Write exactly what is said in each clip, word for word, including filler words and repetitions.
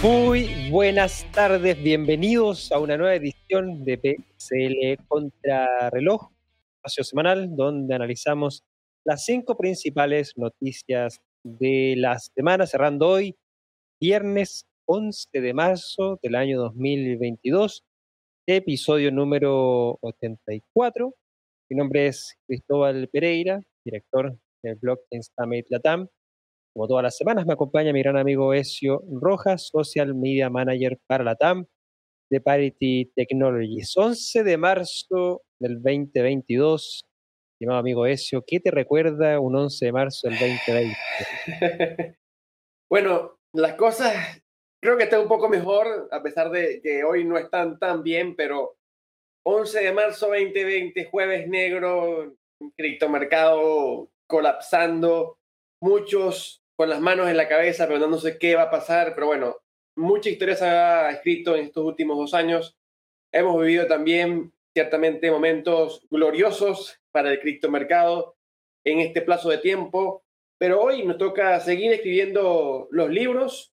Muy buenas tardes, bienvenidos a una nueva edición de P S L Contrarreloj, espacio semanal donde analizamos las cinco principales noticias de la semana, cerrando hoy, viernes once de marzo del año dos mil veintidós, episodio número ochenta y cuatro. Mi nombre es Cristóbal Pereira, director del blog Summit Latam. Como todas las semanas me acompaña mi gran amigo Ezio Rojas, Social Media Manager para la T A M de Parity Technologies. once de marzo del veinte veintidós. Estimado amigo Ezio, ¿qué te recuerda un once de marzo del veinte veinte? Bueno, las cosas creo que están un poco mejor, a pesar de que hoy no están tan bien, pero once de marzo veinte veinte, jueves negro, criptomercado colapsando, muchos con las manos en la cabeza preguntándose qué va a pasar, pero bueno, mucha historia se ha escrito en estos últimos dos años. Hemos vivido también ciertamente momentos gloriosos para el criptomercado en este plazo de tiempo, pero hoy nos toca seguir escribiendo los libros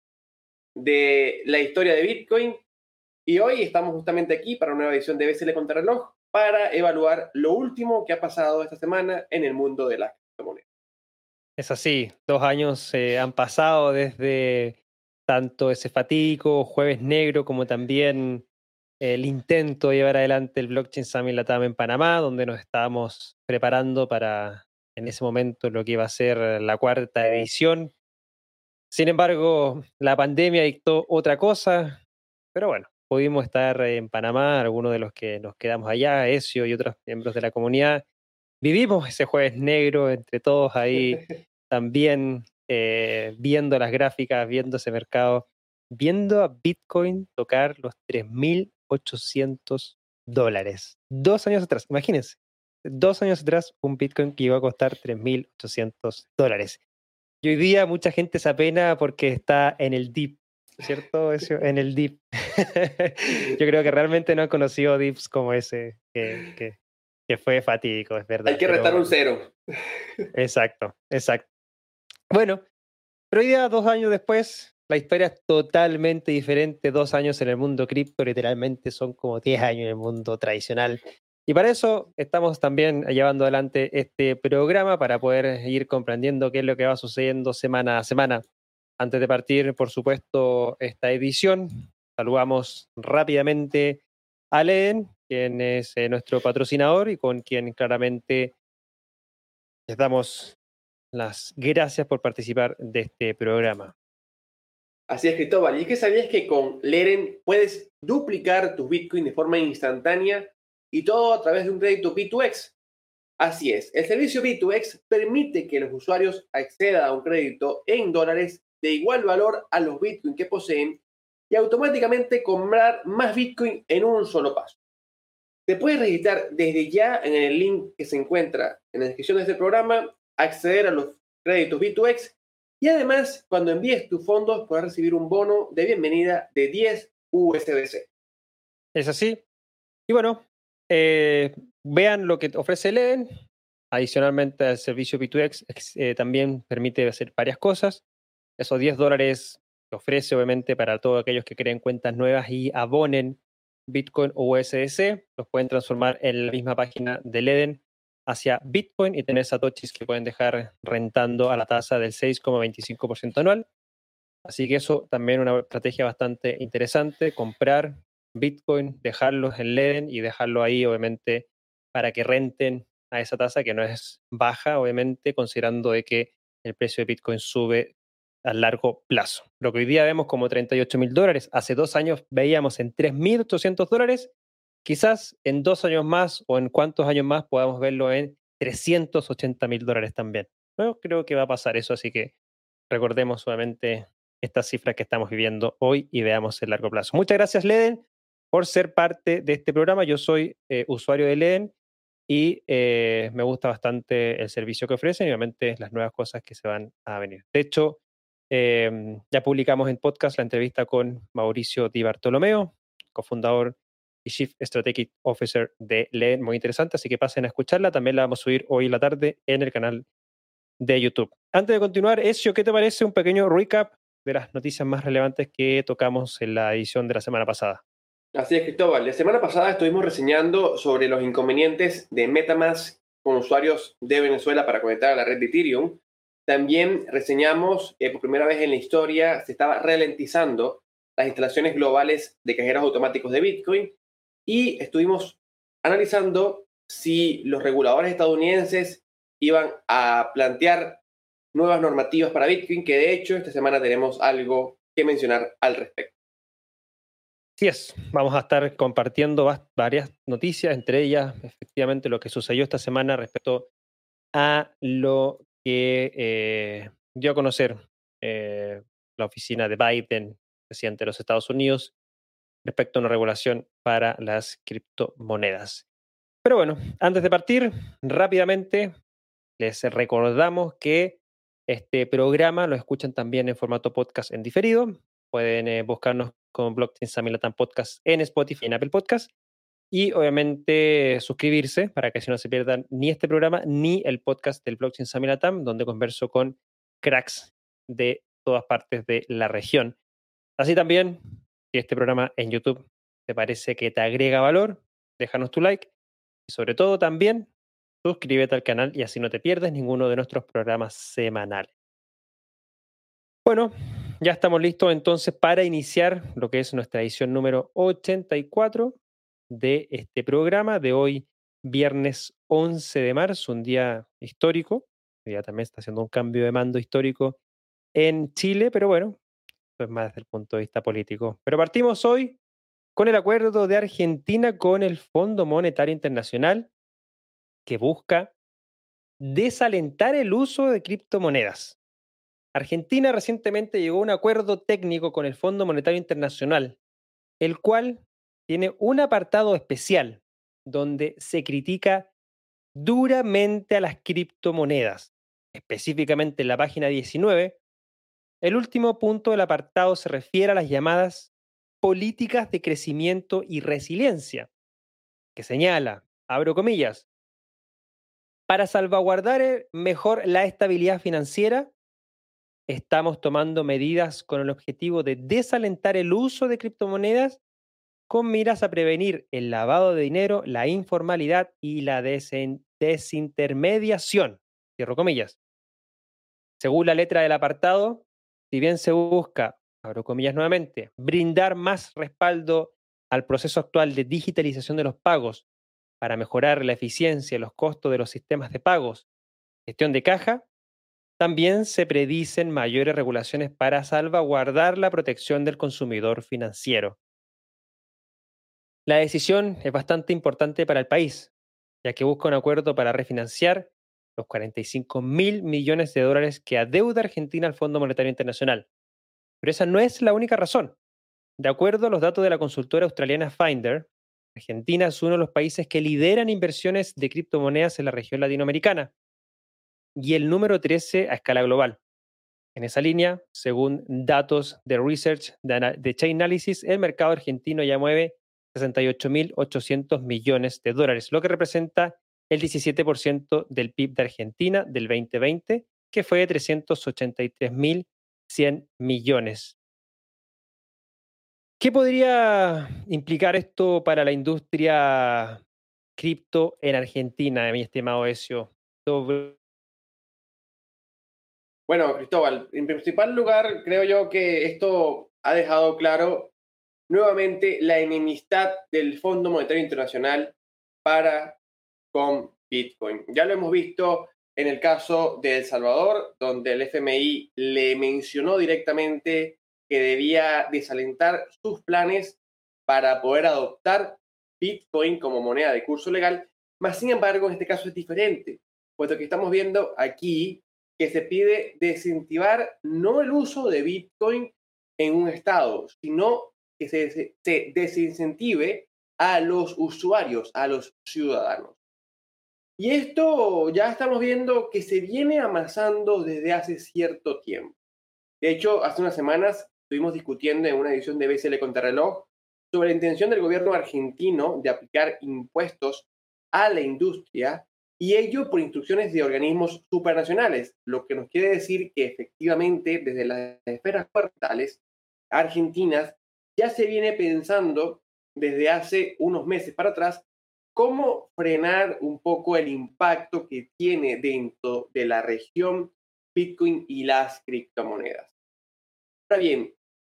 de la historia de Bitcoin y hoy estamos justamente aquí para una nueva edición de B S L Contrarreloj para evaluar lo último que ha pasado esta semana en el mundo de las criptomonedas. Es así, dos años eh, han pasado desde tanto ese fatídico jueves negro como también el intento de llevar adelante el Blockchain Summit Latam en Panamá, donde nos estábamos preparando para, en ese momento, lo que iba a ser la cuarta edición. Sin embargo, la pandemia dictó otra cosa, pero bueno, pudimos estar en Panamá, algunos de los que nos quedamos allá, Ezio y otros miembros de la comunidad. Vivimos ese jueves negro entre todos ahí, también eh, viendo las gráficas, viendo ese mercado, viendo a Bitcoin tocar los tres mil ochocientos dólares. Dos años atrás, imagínense, dos años atrás un Bitcoin que iba a costar tres mil ochocientos dólares. Y hoy día mucha gente se apena porque está en el dip, ¿cierto? Eso, en el dip. Yo creo que realmente no he conocido dips como ese, que, que, que fue fatídico, es verdad. Hay que pero restar un bueno. cero. Exacto, exacto. Bueno, pero hoy día, dos años después, la historia es totalmente diferente. Dos años en el mundo cripto, literalmente son como diez años en el mundo tradicional. Y para eso estamos también llevando adelante este programa para poder ir comprendiendo qué es lo que va sucediendo semana a semana. Antes de partir, por supuesto, esta edición, saludamos rápidamente a Leden, quien es eh, nuestro patrocinador y con quien claramente les damos las gracias por participar de este programa. Así es, Cristóbal. Y es que sabías que con Leren puedes duplicar tus Bitcoin de forma instantánea y todo a través de un crédito B dos X. Así es, el servicio B dos X permite que los usuarios accedan a un crédito en dólares de igual valor a los Bitcoin que poseen y automáticamente comprar más Bitcoin en un solo paso. Te puedes registrar desde ya en el link que se encuentra en la descripción de este programa, acceder a los créditos B dos X y además cuando envíes tus fondos podrás recibir un bono de bienvenida de diez U S D C. Es así. Y bueno, eh, vean lo que ofrece Leden. Adicionalmente al servicio B dos X eh, también permite hacer varias cosas. Esos diez dólares que ofrece obviamente para todos aquellos que creen cuentas nuevas y abonen Bitcoin o U S D C, los pueden transformar en la misma página de Leden hacia Bitcoin y tener satoshis que pueden dejar rentando a la tasa del seis coma veinticinco por ciento anual. Así que eso también es una estrategia bastante interesante, comprar Bitcoin, dejarlos en Leden y dejarlo ahí obviamente para que renten a esa tasa que no es baja, obviamente, considerando de que el precio de Bitcoin sube a largo plazo. Lo que hoy día vemos como treinta y ocho mil dólares, hace dos años veíamos en tres mil ochocientos dólares, quizás en dos años más o en cuántos años más podamos verlo en trescientos ochenta mil dólares también. Bueno, creo que va a pasar eso, así que recordemos solamente estas cifras que estamos viviendo hoy y veamos el largo plazo. Muchas gracias, Leden, por ser parte de este programa. Yo soy eh, usuario de Leden y eh, me gusta bastante el servicio que ofrecen y obviamente las nuevas cosas que se van a venir. De hecho, eh, ya publicamos en podcast la entrevista con Mauricio Di Bartolomeo, cofundador y Chief Strategic Officer de Leden. Muy interesante, así que pasen a escucharla. También la vamos a subir hoy en la tarde en el canal de YouTube. Antes de continuar, Ezio, ¿qué te parece un pequeño recap de las noticias más relevantes que tocamos en la edición de la semana pasada. Así es, Cristóbal. La semana pasada estuvimos reseñando sobre los inconvenientes de MetaMask con usuarios de Venezuela para conectar a la red de Ethereum. También reseñamos que por primera vez en la historia se estaba ralentizando las instalaciones globales de cajeros automáticos de Bitcoin y estuvimos analizando si los reguladores estadounidenses iban a plantear nuevas normativas para Bitcoin, que de hecho esta semana tenemos algo que mencionar al respecto. Así es, vamos a estar compartiendo varias noticias, entre ellas efectivamente lo que sucedió esta semana respecto a lo que eh, dio a conocer eh, la oficina de Biden, presidente de los Estados Unidos, respecto a una regulación para las criptomonedas. Pero bueno, antes de partir, rápidamente les recordamos que este programa lo escuchan también en formato podcast en diferido. Pueden eh, buscarnos con Blockchain Summit Latam Podcast en Spotify y en Apple Podcast. Y obviamente suscribirse para que así no se pierdan ni este programa ni el podcast del Blockchain Summit Latam, donde converso con cracks de todas partes de la región. Así también, si este programa en YouTube te parece que te agrega valor, déjanos tu like y sobre todo también suscríbete al canal y así no te pierdes ninguno de nuestros programas semanales. Bueno, ya estamos listos entonces para iniciar lo que es nuestra edición número ochenta y cuatro de este programa de hoy, viernes once de marzo, un día histórico. Hoy día también está haciendo un cambio de mando histórico en Chile, pero bueno, esto es más desde el punto de vista político. Pero partimos hoy con el acuerdo de Argentina con el Fondo Monetario Internacional que busca desalentar el uso de criptomonedas. Argentina recientemente llegó a un acuerdo técnico con el Fondo Monetario Internacional, el cual tiene un apartado especial donde se critica duramente a las criptomonedas. Específicamente en la página diecinueve, el último punto del apartado se refiere a las llamadas políticas de crecimiento y resiliencia, que señala, abro comillas, para salvaguardar eh, mejor la estabilidad financiera, estamos tomando medidas con el objetivo de desalentar el uso de criptomonedas con miras a prevenir el lavado de dinero, la informalidad y la desen- desintermediación. Cierro comillas. Según la letra del apartado, si bien se busca, abro comillas nuevamente, brindar más respaldo al proceso actual de digitalización de los pagos para mejorar la eficiencia y los costos de los sistemas de pagos, gestión de caja, también se predicen mayores regulaciones para salvaguardar la protección del consumidor financiero. La decisión es bastante importante para el país, ya que busca un acuerdo para refinanciar los cuarenta y cinco mil millones de dólares que adeuda Argentina al Fondo Monetario Internacional. Pero esa no es la única razón. De acuerdo a los datos de la consultora australiana Finder, Argentina es uno de los países que lideran inversiones de criptomonedas en la región latinoamericana y el número trece a escala global. En esa línea, según datos de Research de Chainalysis, el mercado argentino ya mueve sesenta y ocho mil ochocientos millones de dólares, lo que representa el diecisiete por ciento del P I B de Argentina del veinte veinte, que fue de trescientos ochenta y tres mil cien millones. ¿Qué podría implicar esto para la industria cripto en Argentina, mi estimado Ezio? Sobre Bueno, Cristóbal, en principal lugar, creo yo que esto ha dejado claro nuevamente la enemistad del Fondo Monetario Internacional para con Bitcoin. Ya lo hemos visto en el caso de El Salvador, donde el F M I le mencionó directamente que debía desalentar sus planes para poder adoptar Bitcoin como moneda de curso legal, mas sin embargo en este caso es diferente, puesto que estamos viendo aquí que se pide desincentivar no el uso de Bitcoin en un estado, sino que se, se desincentive a los usuarios, a los ciudadanos. Y esto ya estamos viendo que se viene amasando desde hace cierto tiempo. De hecho, hace unas semanas estuvimos discutiendo en una edición de B C L Contrarreloj sobre la intención del gobierno argentino de aplicar impuestos a la industria y ello por instrucciones de organismos supranacionales, lo que nos quiere decir que efectivamente desde las esferas cuartales argentinas ya se viene pensando desde hace unos meses para atrás cómo frenar un poco el impacto que tiene dentro de la región Bitcoin y las criptomonedas. Ahora bien,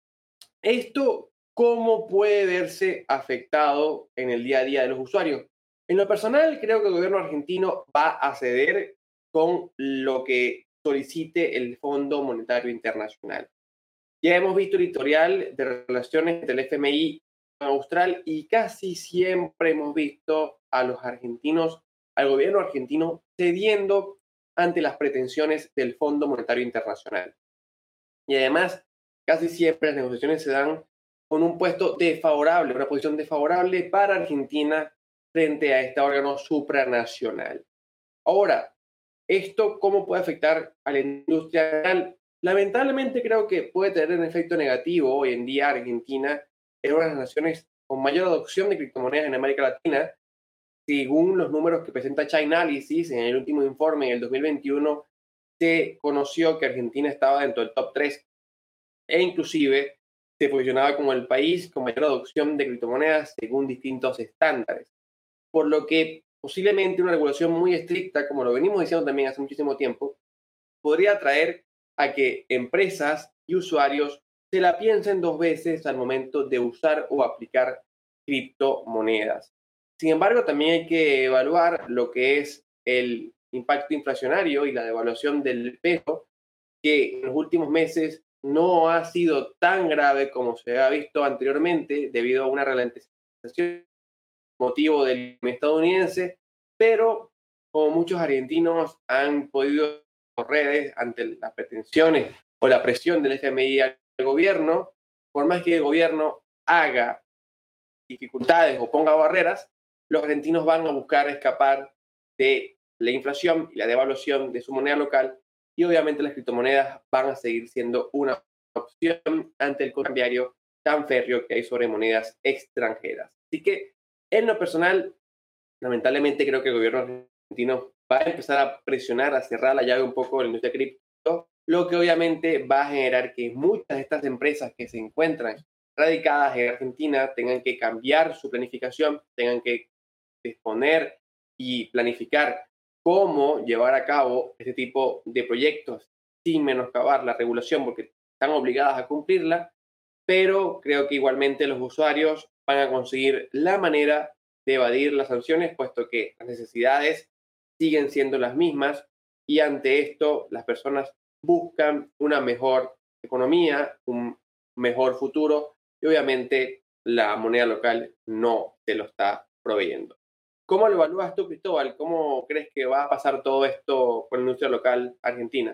esto cómo puede verse afectado en el día a día de los usuarios. En lo personal, creo que el gobierno argentino va a ceder con lo que solicite el Fondo Monetario Internacional. Ya hemos visto el historial de relaciones del F M I austral y casi siempre hemos visto a los argentinos, al gobierno argentino, cediendo ante las pretensiones del Fondo Monetario Internacional. Y además, casi siempre las negociaciones se dan con un puesto desfavorable, una posición desfavorable para Argentina frente a este órgano supranacional. Ahora, ¿esto cómo puede afectar a la industria? Lamentablemente creo que puede tener un efecto negativo. Hoy en día Argentina es una de las naciones con mayor adopción de criptomonedas en América Latina. Según los números que presenta Chainalysis en el último informe en el dos mil veintiuno, se conoció que Argentina estaba dentro del top tres e inclusive se posicionaba como el país con mayor adopción de criptomonedas según distintos estándares. Por lo que posiblemente una regulación muy estricta, como lo venimos diciendo también hace muchísimo tiempo, podría traer a que empresas y usuarios se la piensen dos veces al momento de usar o aplicar criptomonedas. Sin embargo, también hay que evaluar lo que es el impacto inflacionario y la devaluación del peso, que en los últimos meses no ha sido tan grave como se ha visto anteriormente debido a una ralentización motivo del estadounidense, pero como muchos argentinos han podido por redes ante las pretensiones o la presión del F M I al gobierno, por más que el gobierno haga dificultades o ponga barreras, los argentinos van a buscar escapar de la inflación y la devaluación de su moneda local, y obviamente las criptomonedas van a seguir siendo una opción ante el cambiario tan férreo que hay sobre monedas extranjeras. Así que, en lo personal, lamentablemente creo que el gobierno argentino va a empezar a presionar, a cerrar la llave un poco de la industria cripto, lo que obviamente va a generar que muchas de estas empresas que se encuentran radicadas en Argentina tengan que cambiar su planificación, tengan que disponer y planificar cómo llevar a cabo este tipo de proyectos sin menoscabar la regulación, porque están obligadas a cumplirla, pero creo que igualmente los usuarios van a conseguir la manera de evadir las sanciones, puesto que las necesidades siguen siendo las mismas y ante esto las personas buscan una mejor economía, un mejor futuro y obviamente la moneda local no se lo está proveyendo. ¿Cómo lo evalúas tú, Cristóbal? ¿Cómo crees que va a pasar todo esto con la industria local argentina?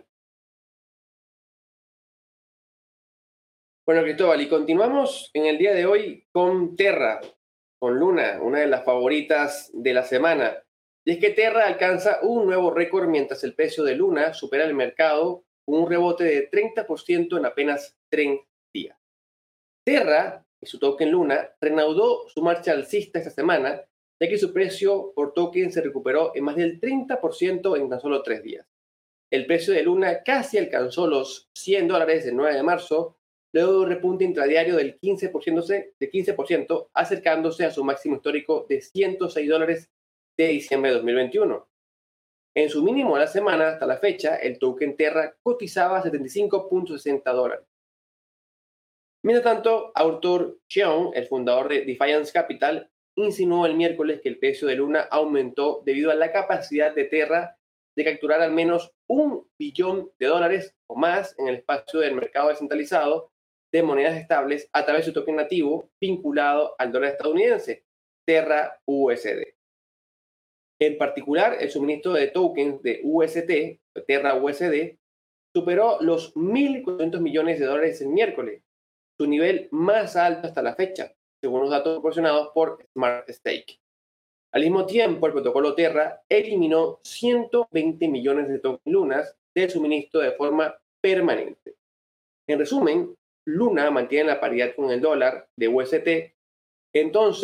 Bueno, Cristóbal, y continuamos en el día de hoy con Terra, con Luna, una de las favoritas de la semana. Y es que Terra alcanza un nuevo récord mientras el precio de Luna supera el mercado con un rebote de treinta por ciento en apenas tres días. Terra y su token Luna reanudó su marcha alcista esta semana, ya que su precio por token se recuperó en más del treinta por ciento en tan solo tres días. El precio de Luna casi alcanzó los cien dólares el nueve de marzo, luego de un repunte intradiario del quince por ciento, de quince por ciento, acercándose a su máximo histórico de ciento seis dólares de diciembre de dos mil veintiuno. En su mínimo de la semana hasta la fecha, el token Terra cotizaba a setenta y cinco punto sesenta dólares. Mientras tanto, Arthur Cheung, el fundador de Defiance Capital, insinuó el miércoles que el precio de Luna aumentó debido a la capacidad de Terra de capturar al menos un billón de dólares o más en el espacio del mercado descentralizado de monedas estables a través de su token nativo vinculado al dólar estadounidense, Terra U S D. En particular, el suministro de tokens de U S T, Terra U S D, superó los mil cuatrocientos millones de dólares el miércoles, su nivel más alto hasta la fecha, según los datos proporcionados por Smart Stake. Al mismo tiempo, el protocolo Terra eliminó ciento veinte millones de tokens lunas del suministro de forma permanente. En resumen, Luna mantiene la paridad con el dólar de U S T, entonces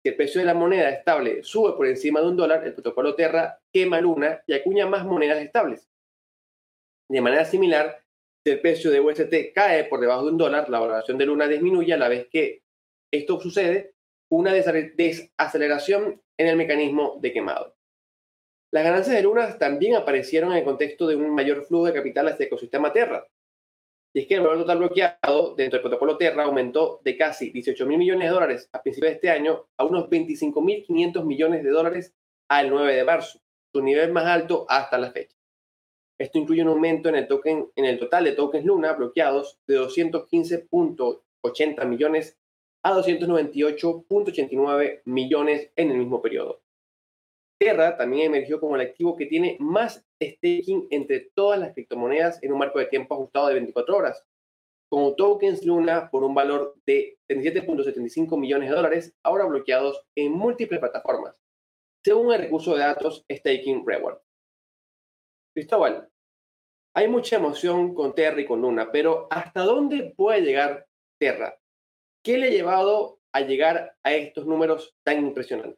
Si el precio de la moneda estable sube por encima de un dólar, el protocolo Terra quema Luna y acuña más monedas estables. De manera similar, si el precio de U S T cae por debajo de un dólar, la valoración de Luna disminuye. A la vez que esto sucede, una desaceleración en el mecanismo de quemado. Las ganancias de Luna también aparecieron en el contexto de un mayor flujo de capital hacia el ecosistema Terra. Y es que el valor total bloqueado dentro del protocolo Terra aumentó de casi dieciocho mil millones de dólares a principios de este año a unos veinticinco mil quinientos millones de dólares al nueve de marzo, su nivel más alto hasta la fecha. Esto incluye un aumento en el, token, en el total de tokens Luna bloqueados de doscientos quince punto ochenta millones a doscientos noventa y ocho punto ochenta y nueve millones en el mismo periodo. Terra también emergió como el activo que tiene más staking entre todas las criptomonedas en un marco de tiempo ajustado de veinticuatro horas, con tokens Luna por un valor de treinta y siete punto setenta y cinco millones de dólares, ahora bloqueados en múltiples plataformas, según el recurso de datos Staking Reward. Cristóbal, hay mucha emoción con Terra y con Luna, pero ¿hasta dónde puede llegar Terra? ¿Qué le ha llevado a llegar a estos números tan impresionantes?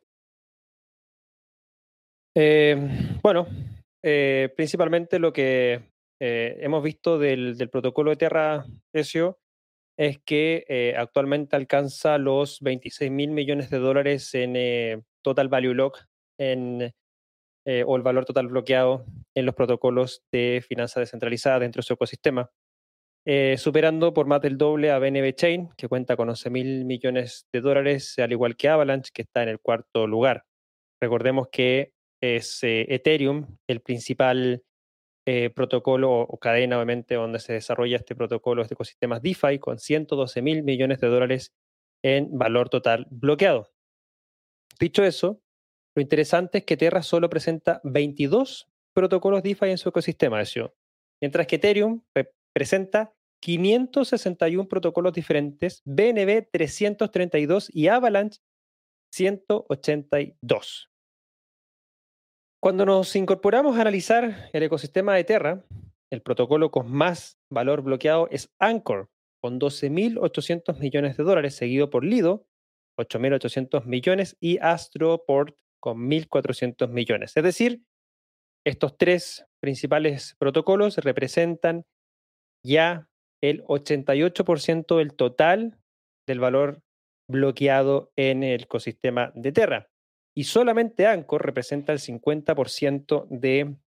Eh, bueno, eh, principalmente lo que eh, hemos visto del, del protocolo de Terra Precio es que eh, actualmente alcanza los veintiséis mil millones de dólares en eh, total value lock en, eh, o el valor total bloqueado en los protocolos de finanzas descentralizadas dentro de su ecosistema, eh, superando por más del doble a B N B Chain, que cuenta con once mil millones de dólares, al igual que Avalanche, que está en el cuarto lugar. Recordemos que es eh, Ethereum el principal eh, protocolo o, o cadena, obviamente, donde se desarrolla este protocolo, este ecosistema DeFi, con ciento doce mil millones de dólares en valor total bloqueado. Dicho eso, lo interesante es que Terra solo presenta veintidós protocolos DeFi en su ecosistema, eso, mientras que Ethereum pre presenta quinientos sesenta y uno protocolos diferentes, B N B trescientos treinta y dos y Avalanche ciento ochenta y dos. Cuando nos incorporamos a analizar el ecosistema de Terra, el protocolo con más valor bloqueado es Anchor, con doce mil ochocientos millones de dólares, seguido por Lido, ocho mil ochocientos millones, y Astroport, con mil cuatrocientos millones. Es decir, estos tres principales protocolos representan ya el ochenta y ocho por ciento del total del valor bloqueado en el ecosistema de Terra. Y solamente Anchor representa el cincuenta por ciento de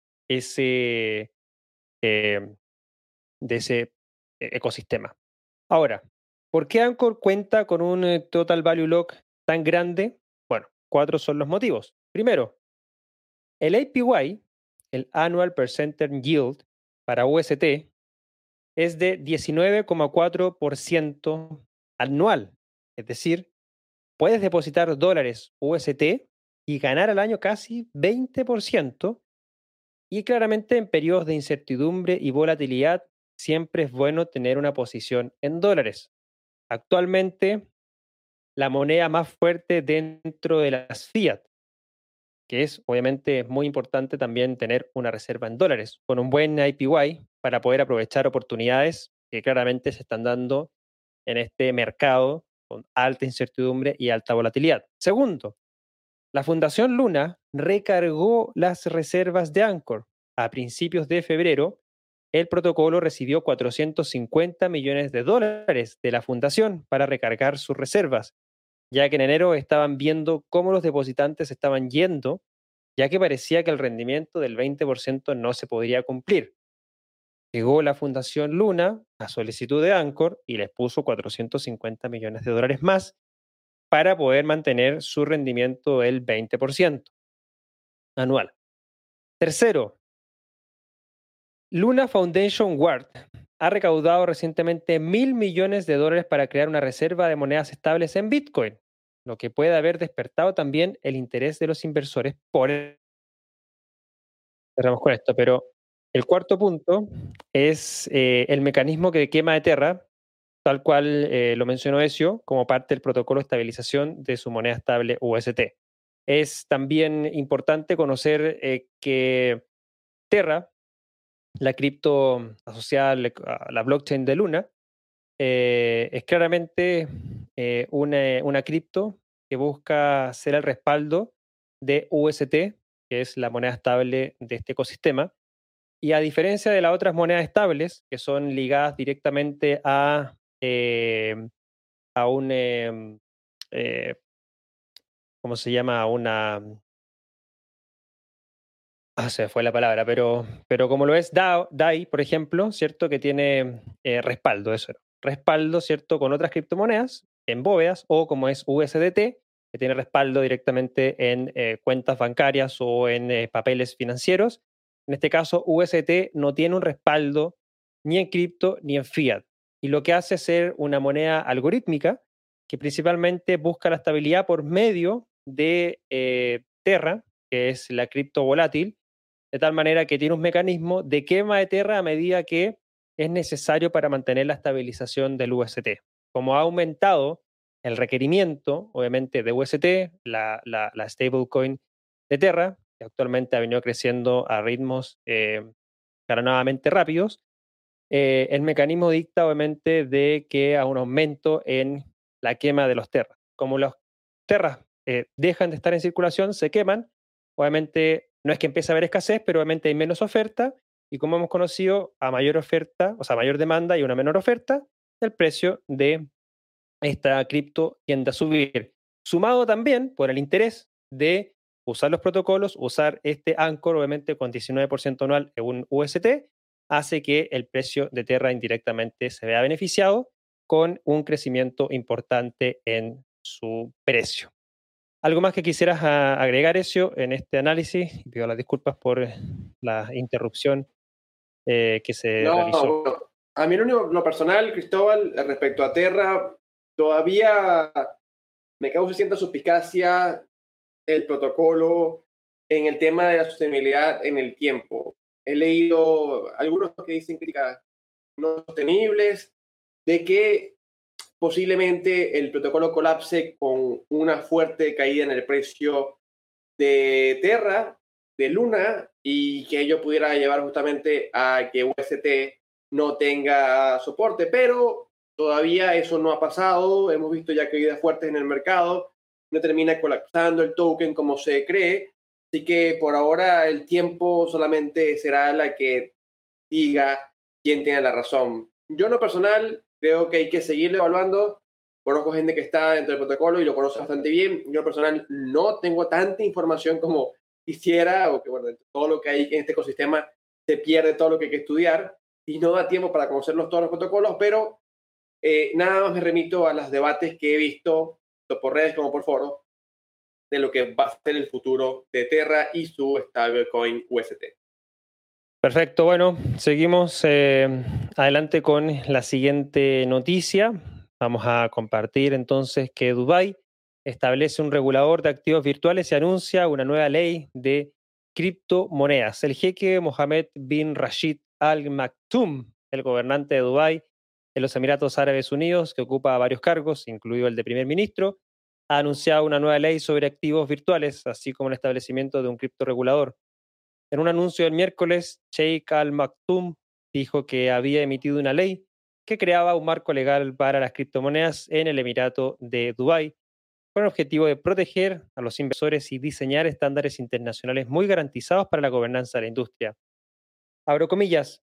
ese, eh, de ese ecosistema. Ahora, ¿por qué Anchor cuenta con un eh, total value lock tan grande? Bueno, cuatro son los motivos. Primero, el A P Y, el Annual Percentage Yield para U S T, es de diecinueve coma cuatro por ciento anual. Es decir, puedes depositar dólares U S T y ganar al año casi veinte por ciento. Y claramente en periodos de incertidumbre y volatilidad siempre es bueno tener una posición en dólares. Actualmente, la moneda más fuerte dentro de las fiat, que es obviamente muy importante también tener una reserva en dólares, con un buen I P Y para poder aprovechar oportunidades que claramente se están dando en este mercado con alta incertidumbre y alta volatilidad. Segundo, la Fundación Luna recargó las reservas de Anchor. A principios de febrero, el protocolo recibió cuatrocientos cincuenta millones de dólares de la fundación para recargar sus reservas, ya que en enero estaban viendo cómo los depositantes estaban yendo, ya que parecía que el rendimiento del veinte por ciento no se podría cumplir. Llegó la Fundación Luna a solicitud de Anchor y les puso cuatrocientos cincuenta millones de dólares más para poder mantener su rendimiento del veinte por ciento anual. Tercero, Luna Foundation Ward ha recaudado recientemente mil millones de dólares para crear una reserva de monedas estables en Bitcoin, lo que puede haber despertado también el interés de los inversores por el... Cerramos con esto, pero el cuarto punto es eh, el mecanismo que quema de Terra, tal cual eh, lo mencionó Ezio, como parte del protocolo de estabilización de su moneda estable U S T. Es también importante conocer eh, que Terra, la cripto asociada a la blockchain de Luna, eh, es claramente eh, una, una cripto que busca ser el respaldo de U S T, que es la moneda estable de este ecosistema. Y a diferencia de las otras monedas estables, que son ligadas directamente a, eh, a un, eh, eh, ¿cómo se llama? A una, ah, se me fue la palabra, pero, pero como lo es DAO, D A I, por ejemplo, ¿cierto? Que tiene eh, respaldo, eso era. Respaldo, ¿cierto? Con otras criptomonedas en bóvedas o como es U S D T, que tiene respaldo directamente en eh, cuentas bancarias o en eh, papeles financieros. En este caso, U S D T no tiene un respaldo ni en cripto ni en fiat. Y lo que hace es ser una moneda algorítmica que principalmente busca la estabilidad por medio de eh, Terra, que es la cripto volátil, de tal manera que tiene un mecanismo de quema de Terra a medida que es necesario para mantener la estabilización del U S T. Como ha aumentado el requerimiento, obviamente, de U S T, la, la, la stablecoin de Terra, que actualmente ha venido creciendo a ritmos eh, nuevamente rápidos, eh, el mecanismo dicta, obviamente, de que hay un aumento en la quema de los Terras. Como los Terras eh, dejan de estar en circulación, se queman, obviamente no es que empiece a haber escasez, pero obviamente hay menos oferta y como hemos conocido, a mayor oferta, o sea, a mayor demanda y una menor oferta, el precio de esta cripto tiende a subir. Sumado también por el interés de usar los protocolos, usar este Anchor, obviamente con diecinueve por ciento anual en un U S T, hace que el precio de Terra indirectamente se vea beneficiado con un crecimiento importante en su precio. ¿Algo más que quisieras a, agregar, Ezio, en este análisis? Pido las disculpas por eh, la interrupción eh, que se No, realizó. bueno, a mí lo, único- lo personal, Cristóbal, respecto a Terra, todavía me causa cierta suspicacia el protocolo en el tema de la sostenibilidad en el tiempo. He leído algunos que dicen críticas no sostenibles de que posiblemente el protocolo colapse con una fuerte caída en el precio de Terra, de Luna, y que ello pudiera llevar justamente a que U S T no tenga soporte, pero todavía eso no ha pasado, hemos visto ya caídas fuertes en el mercado, no termina colapsando el token como se cree, así que por ahora el tiempo solamente será la que diga quién tiene la razón. Yo en lo personal creo que hay que seguir evaluando. Conozco gente que está dentro del protocolo y lo conoce bastante bien. Yo en lo personal no tengo tanta información como quisiera, o que bueno, todo lo que hay en este ecosistema se pierde todo lo que hay que estudiar y no da tiempo para conocerlos todos los protocolos, pero eh, nada más me remito a los debates que he visto, tanto por redes como por foros, de lo que va a ser el futuro de Terra y su stablecoin U S T. Perfecto, bueno, seguimos eh, adelante con la siguiente noticia. Vamos a compartir entonces que Dubái establece un regulador de activos virtuales y anuncia una nueva ley de criptomonedas. El jeque Mohammed bin Rashid Al Maktoum, el gobernante de Dubái de los Emiratos Árabes Unidos, que ocupa varios cargos, incluido el de primer ministro, ha anunciado una nueva ley sobre activos virtuales, así como el establecimiento de un criptoregulador. En un anuncio el miércoles, Sheikh Al Maktoum dijo que había emitido una ley que creaba un marco legal para las criptomonedas en el Emirato de Dubái, con el objetivo de proteger a los inversores y diseñar estándares internacionales muy garantizados para la gobernanza de la industria. Abro comillas,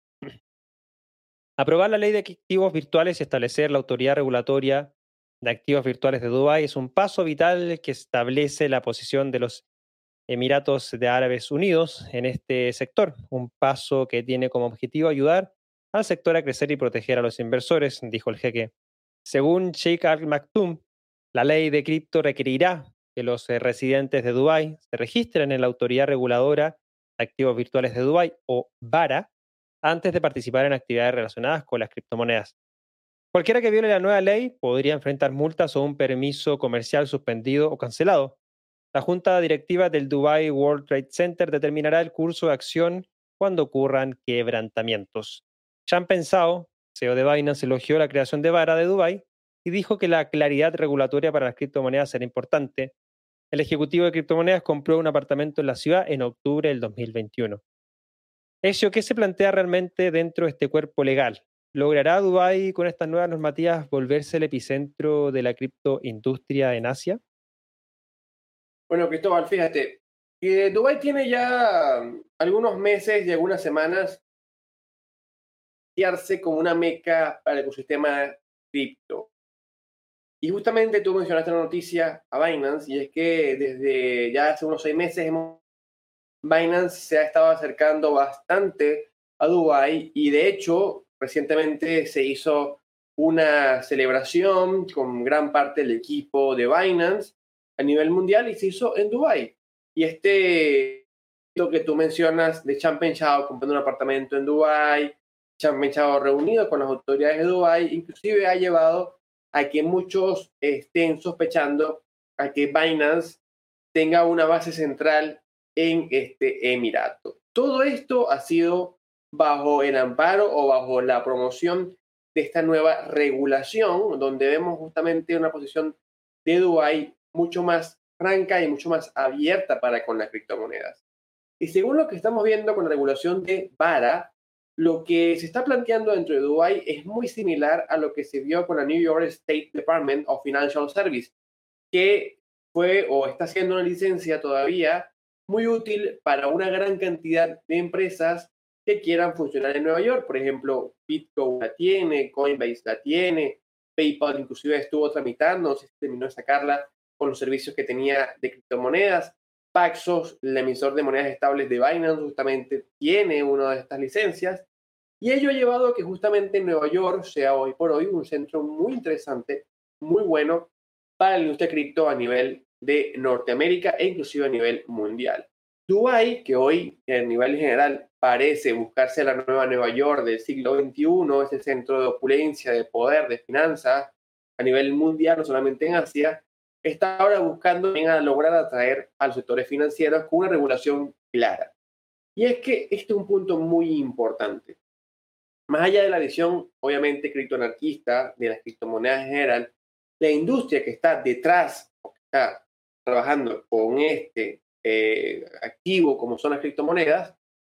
aprobar la ley de activos virtuales y establecer la autoridad regulatoria de activos virtuales de Dubái es un paso vital que establece la posición de los Emiratos de Árabes Unidos en este sector, un paso que tiene como objetivo ayudar al sector a crecer y proteger a los inversores, dijo el jeque. Según Sheikh Al Maktoum, la ley de cripto requerirá que los eh, residentes de Dubái se registren en la Autoridad Reguladora de Activos Virtuales de Dubái, o BARA, antes de participar en actividades relacionadas con las criptomonedas. Cualquiera que viole la nueva ley podría enfrentar multas o un permiso comercial suspendido o cancelado. La junta directiva del Dubai World Trade Center determinará el curso de acción cuando ocurran quebrantamientos. Chan Pensao, C E O de Binance, elogió la creación de Vara de Dubai y dijo que la claridad regulatoria para las criptomonedas era importante. El ejecutivo de criptomonedas compró un apartamento en la ciudad en octubre del dos mil veintiuno. Ezio, ¿qué se plantea realmente dentro de este cuerpo legal? ¿Logrará Dubái con estas nuevas normativas volverse el epicentro de la criptoindustria en Asia? Bueno, Cristóbal, fíjate, que Dubái tiene ya mm, algunos meses y algunas semanas crearse como una meca para el ecosistema cripto. Y justamente tú mencionaste la noticia a Binance, y es que desde ya hace unos seis meses hemos- Binance se ha estado acercando bastante a Dubái, y de hecho recientemente se hizo una celebración con gran parte del equipo de Binance a nivel mundial y se hizo en Dubái. Y este lo que tú mencionas de Champagne Chao comprando un apartamento en Dubái, Champagne Chao reunido con las autoridades de Dubái, inclusive ha llevado a que muchos estén sospechando a que Binance tenga una base central en este emirato. Todo esto ha sido bajo el amparo o bajo la promoción de esta nueva regulación, donde vemos justamente una posición de Dubái mucho más franca y mucho más abierta para con las criptomonedas. Y según lo que estamos viendo con la regulación de VARA, lo que se está planteando dentro de Dubái es muy similar a lo que se vio con la New York State Department of Financial Service, que fue o está siendo una licencia todavía muy útil para una gran cantidad de empresas que quieran funcionar en Nueva York. Por ejemplo, Bitco la tiene, Coinbase la tiene, PayPal inclusive estuvo tramitando, no sé si terminó de sacarla con los servicios que tenía de criptomonedas. Paxos, el emisor de monedas estables de Binance, justamente tiene una de estas licencias. Y ello ha llevado a que justamente Nueva York sea hoy por hoy un centro muy interesante, muy bueno para la industria cripto a nivel de Norteamérica e inclusive a nivel mundial. Dubái, que hoy a nivel general parece buscarse la nueva Nueva York del siglo veintiuno, ese centro de opulencia, de poder, de finanzas a nivel mundial, no solamente en Asia, está ahora buscando también a lograr atraer a los sectores financieros con una regulación clara. Y es que este es un punto muy importante. Más allá de la visión, obviamente, criptoanarquista de las criptomonedas en general, la industria que está detrás, o que está trabajando con este eh, activo como son las criptomonedas,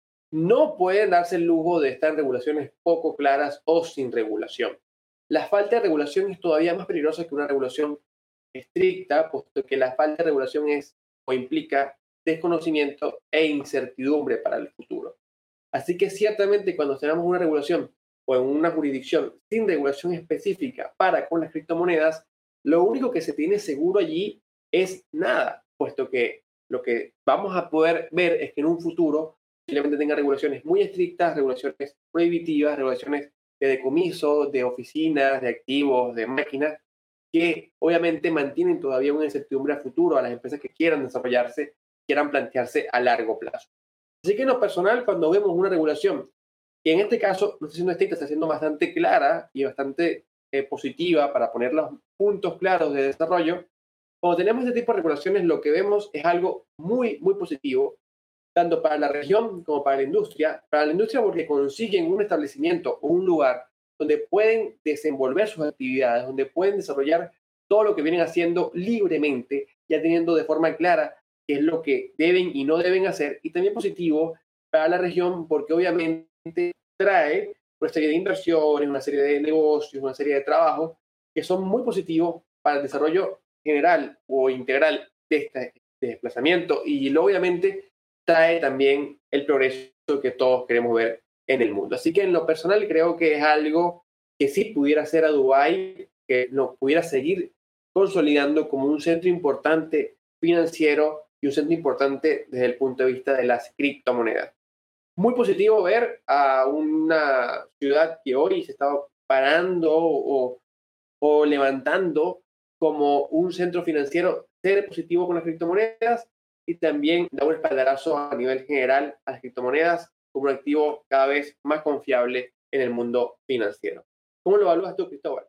no pueden darse el lujo de estar en regulaciones poco claras o sin regulación. La falta de regulación es todavía más peligrosa que una regulación estricta, puesto que la falta de regulación es o implica desconocimiento e incertidumbre para el futuro. Así que ciertamente cuando tenemos una regulación o en una jurisdicción sin regulación específica para con las criptomonedas, lo único que se tiene seguro allí es nada, puesto que lo que vamos a poder ver es que en un futuro posiblemente tenga regulaciones muy estrictas, regulaciones prohibitivas, regulaciones de decomiso, de oficinas, de activos, de máquinas, que obviamente mantienen todavía una incertidumbre a futuro a las empresas que quieran desarrollarse, quieran plantearse a largo plazo. Así que en lo personal, cuando vemos una regulación, que en este caso no está siendo estricta, está siendo bastante clara y bastante eh, positiva para poner los puntos claros de desarrollo, cuando tenemos este tipo de regulaciones, lo que vemos es algo muy, muy positivo, tanto para la región como para la industria. Para la industria porque consiguen un establecimiento o un lugar donde pueden desenvolver sus actividades, donde pueden desarrollar todo lo que vienen haciendo libremente, ya teniendo de forma clara qué es lo que deben y no deben hacer. Y también positivo para la región porque obviamente trae una serie de inversiones, una serie de negocios, una serie de trabajos que son muy positivos para el desarrollo general o integral de este desplazamiento, y obviamente trae también el progreso que todos queremos ver en el mundo. Así que en lo personal creo que es algo que sí pudiera hacer a Dubái, que nos pudiera seguir consolidando como un centro importante financiero y un centro importante desde el punto de vista de las criptomonedas. Muy positivo ver a una ciudad que hoy se está parando o, o levantando como un centro financiero, ser positivo con las criptomonedas y también da un espaldarazo a nivel general a las criptomonedas como un activo cada vez más confiable en el mundo financiero. ¿Cómo lo evalúas tú, Cristóbal?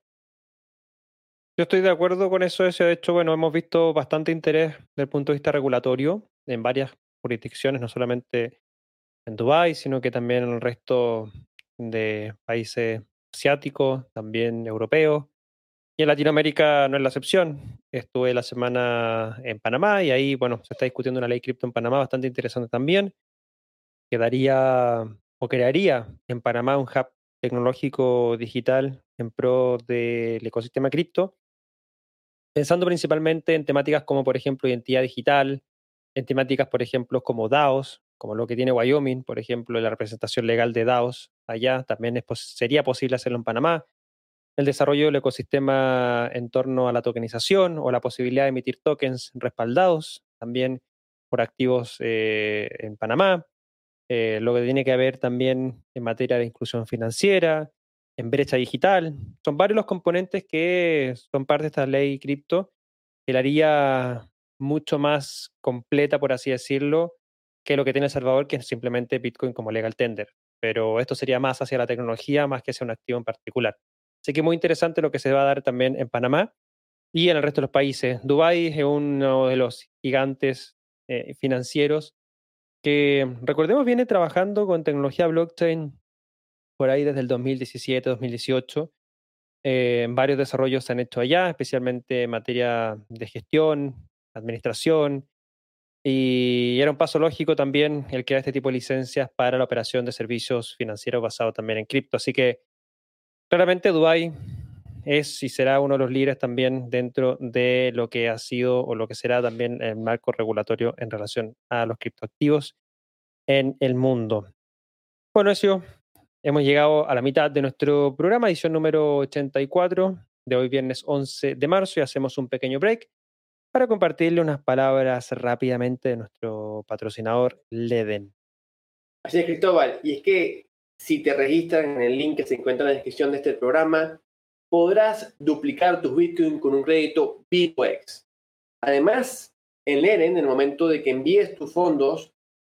Yo estoy de acuerdo con eso. Ese, de hecho, bueno, hemos visto bastante interés desde el punto de vista regulatorio en varias jurisdicciones, no solamente en Dubái, sino que también en el resto de países asiáticos, también europeos. Y en Latinoamérica no es la excepción. Estuve la semana en Panamá y ahí, bueno, se está discutiendo una ley cripto en Panamá bastante interesante también, que daría o crearía en Panamá un hub tecnológico digital en pro del ecosistema cripto. pensando principalmente en temáticas como, por ejemplo, identidad digital, en temáticas, por ejemplo, como DAOs, como lo que tiene Wyoming, por ejemplo, la representación legal de DAOs allá, también es pos- sería posible hacerlo en Panamá. El desarrollo del ecosistema en torno a la tokenización o la posibilidad de emitir tokens respaldados también por activos eh, en Panamá. Eh, lo que tiene que ver también en materia de inclusión financiera, en brecha digital. Son varios los componentes que son parte de esta ley cripto que la haría mucho más completa, por así decirlo, que lo que tiene El Salvador, que es simplemente Bitcoin como legal tender. Pero esto sería más hacia la tecnología, más que hacia un activo en particular. Así que muy interesante lo que se va a dar también en Panamá y en el resto de los países. Dubái es uno de los gigantes eh, financieros que, recordemos, viene trabajando con tecnología blockchain por ahí desde el dos mil diecisiete, dos mil dieciocho. Eh, varios desarrollos se han hecho allá, especialmente en materia de gestión, administración, y era un paso lógico también el crear este tipo de licencias para la operación de servicios financieros basado también en cripto. Así que claramente Dubái es y será uno de los líderes también dentro de lo que ha sido o lo que será también el marco regulatorio en relación a los criptoactivos en el mundo. Bueno, eso, hemos llegado a la mitad de nuestro programa, edición número ochenta y cuatro de hoy viernes once de marzo, y hacemos un pequeño break para compartirle unas palabras rápidamente de nuestro patrocinador Leden. Así es, Cristóbal. Y es que si te registras en el link que se encuentra en la descripción de este programa, podrás duplicar tus Bitcoin con un crédito BitWex. Además, en Leden, en el momento de que envíes tus fondos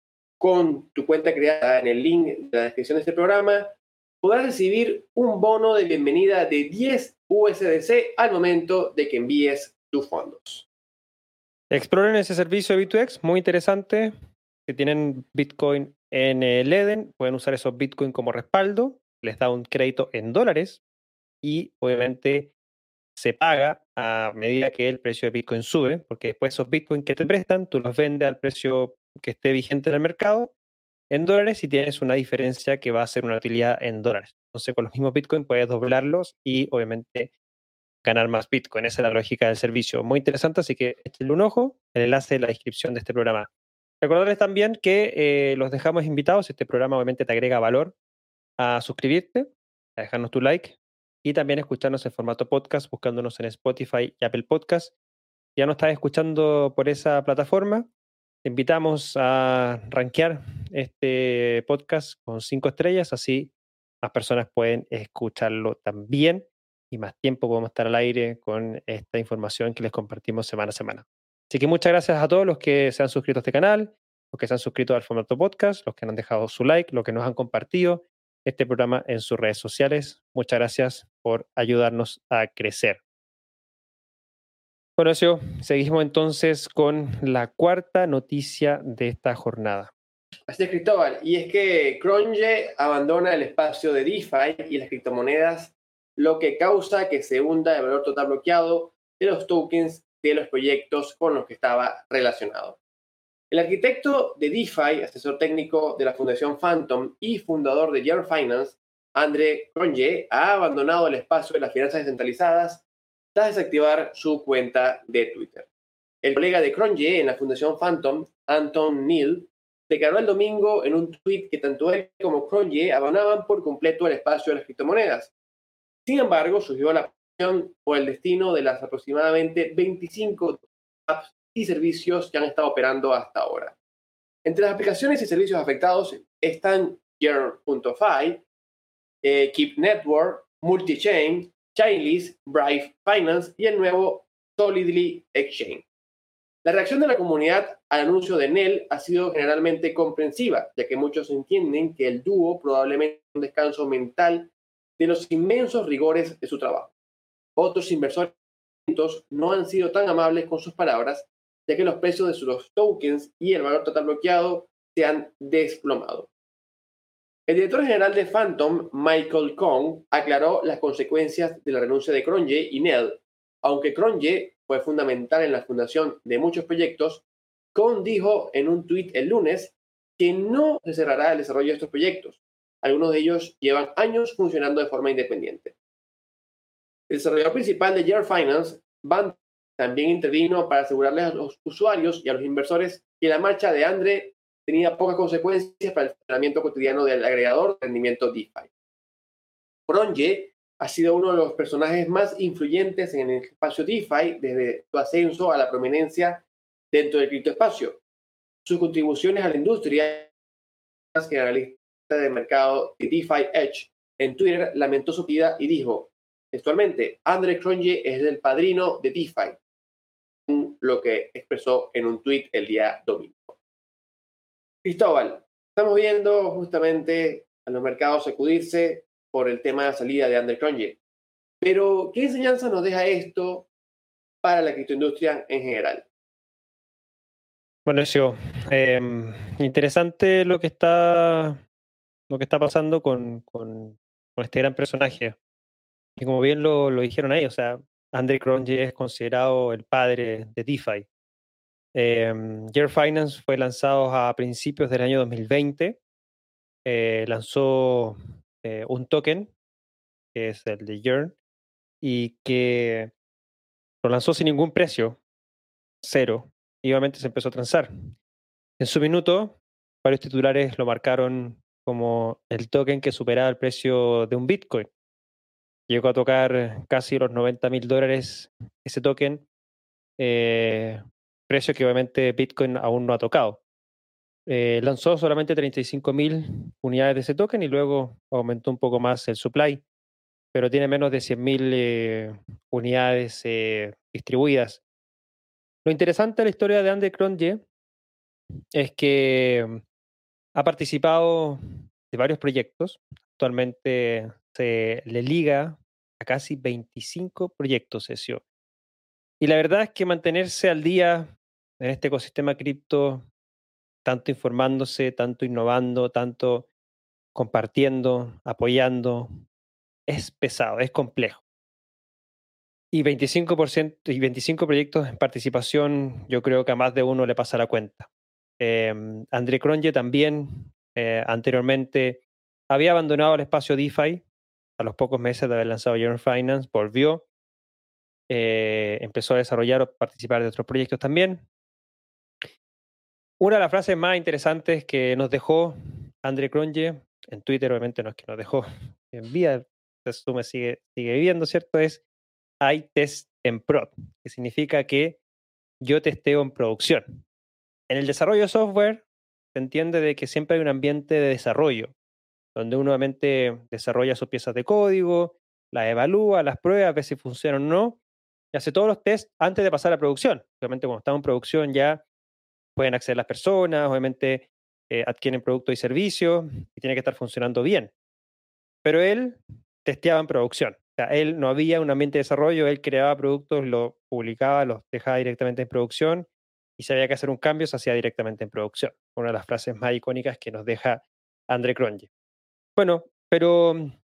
con tu cuenta creada en el link de la descripción de este programa, podrás recibir un bono de bienvenida de diez U S D C al momento de que envíes tus fondos. Exploren ese servicio de BitWex, muy interesante. Si tienen Bitcoin en el Leden, pueden usar esos Bitcoin como respaldo, les da un crédito en dólares y obviamente se paga a medida que el precio de Bitcoin sube, porque después esos Bitcoin que te prestan, tú los vendes al precio que esté vigente en el mercado en dólares y tienes una diferencia que va a ser una utilidad en dólares. Entonces, con los mismos Bitcoin puedes doblarlos y obviamente ganar más Bitcoin. Esa es la lógica del servicio. Muy interesante, así que échenle un ojo. El enlace en la descripción de este programa. Recordarles también que eh, los dejamos invitados. Este programa obviamente te agrega valor a suscribirte, a dejarnos tu like y también escucharnos en formato podcast buscándonos en Spotify y Apple Podcast. Ya no estás escuchando por esa plataforma, te invitamos a rankear este podcast con cinco estrellas, así más personas pueden escucharlo también y más tiempo podemos estar al aire con esta información que les compartimos semana a semana. Así que muchas gracias a todos los que se han suscrito a este canal, los que se han suscrito al formato podcast, los que nos han dejado su like, los que nos han compartido este programa en sus redes sociales. Muchas gracias por ayudarnos a crecer. Bueno, Horacio, seguimos entonces con la cuarta noticia de esta jornada. Así es, Cristóbal. Y es que Cronje abandona el espacio de DeFi y las criptomonedas, lo que causa que se hunda el valor total bloqueado de los tokens de los proyectos con los que estaba relacionado. El arquitecto de DeFi, asesor técnico de la Fundación Phantom y fundador de Year Finance, André Cronje, ha abandonado el espacio de las finanzas descentralizadas tras desactivar su cuenta de Twitter. El colega de Cronje en la Fundación Phantom, Anton Neal, declaró el domingo en un tweet que tanto él como Cronje abandonaban por completo el espacio de las criptomonedas. Sin embargo, surgió la preocupación por el destino de las aproximadamente veinticinco apps y servicios que han estado operando hasta ahora. Entre las aplicaciones y servicios afectados están Year punto f i, eh, Keep Network, Multichain, Chainlist, Brave Finance y el nuevo Solidly Exchange. La reacción de la comunidad al anuncio de Nel ha sido generalmente comprensiva, ya que muchos entienden que el dúo probablemente es un descanso mental de los inmensos rigores de su trabajo. Otros inversores no han sido tan amables con sus palabras, ya que los precios de sus tokens y el valor total bloqueado se han desplomado. El director general de Phantom, Michael Kong, aclaró las consecuencias de la renuncia de Cronje y Nel. Aunque Cronje fue fundamental en la fundación de muchos proyectos, Kong dijo en un tuit el lunes que no se cerrará el desarrollo de estos proyectos. Algunos de ellos llevan años funcionando de forma independiente. El desarrollador principal de Year Finance, Van también intervino para asegurarles a los usuarios y a los inversores que la marcha de Andre tenía pocas consecuencias para el funcionamiento cotidiano del agregador de rendimiento DeFi. Cronje ha sido uno de los personajes más influyentes en el espacio DeFi desde su ascenso a la prominencia dentro del criptoespacio. Sus contribuciones a la industria, que analista de mercado de DeFi Edge en Twitter, lamentó su vida y dijo textualmente: Andre Cronje es el padrino de DeFi, lo que expresó en un tweet el día domingo. Cristóbal, estamos viendo justamente a los mercados sacudirse por el tema de la salida de Andre Cronje, pero ¿qué enseñanza nos deja esto para la criptoindustria en general? Bueno, eso, eh, interesante lo que está lo que está pasando con, con, con este gran personaje. Y como bien lo, lo dijeron ahí, o sea, Andre Cronje es considerado el padre de DeFi. Eh, Yearn Finance fue lanzado a principios del año dos mil veinte. Eh, lanzó eh, un token, que es el de Yearn, y que lo lanzó sin ningún precio, cero, y obviamente se empezó a transar. En su minuto, varios titulares lo marcaron como el token que superaba el precio de un Bitcoin. Llegó a tocar casi los noventa mil dólares ese token, eh, precio que obviamente Bitcoin aún no ha tocado. Eh, lanzó solamente treinta y cinco mil unidades de ese token y luego aumentó un poco más el supply, pero tiene menos de cien mil eh, unidades eh, distribuidas. Lo interesante de la historia de Andre Cronje es que mm, ha participado de varios proyectos. Actualmente se le liga a casi veinticinco proyectos, S E O. Y la verdad es que mantenerse al día en este ecosistema cripto, tanto informándose, tanto innovando, tanto compartiendo, apoyando, es pesado, es complejo. Y veinticinco por ciento y veinticinco proyectos en participación, yo creo que a más de uno le pasa la cuenta. Eh, Andre Cronje también eh, anteriormente había abandonado el espacio DeFi a los pocos meses de haber lanzado Yearn Finance, volvió, eh, empezó a desarrollar o participar de otros proyectos también. Una de las frases más interesantes que nos dejó Andre Cronje, en Twitter obviamente no es que nos dejó en vida, se asume sigue, sigue viviendo, ¿cierto? Es I test en prod, que significa que yo testeo en producción. En el desarrollo de software se entiende de que siempre hay un ambiente de desarrollo, donde uno obviamente desarrolla sus piezas de código, las evalúa, las prueba, ve si funcionan o no, y hace todos los tests antes de pasar a producción. Obviamente cuando estamos en producción ya pueden acceder las personas, obviamente eh, adquieren productos y servicios y tiene que estar funcionando bien. Pero él testeaba en producción. O sea, él no había un ambiente de desarrollo, él creaba productos, los publicaba, los dejaba directamente en producción y si había que hacer un cambio, se hacía directamente en producción. Una de las frases más icónicas que nos deja Andre Cronje. Bueno, pero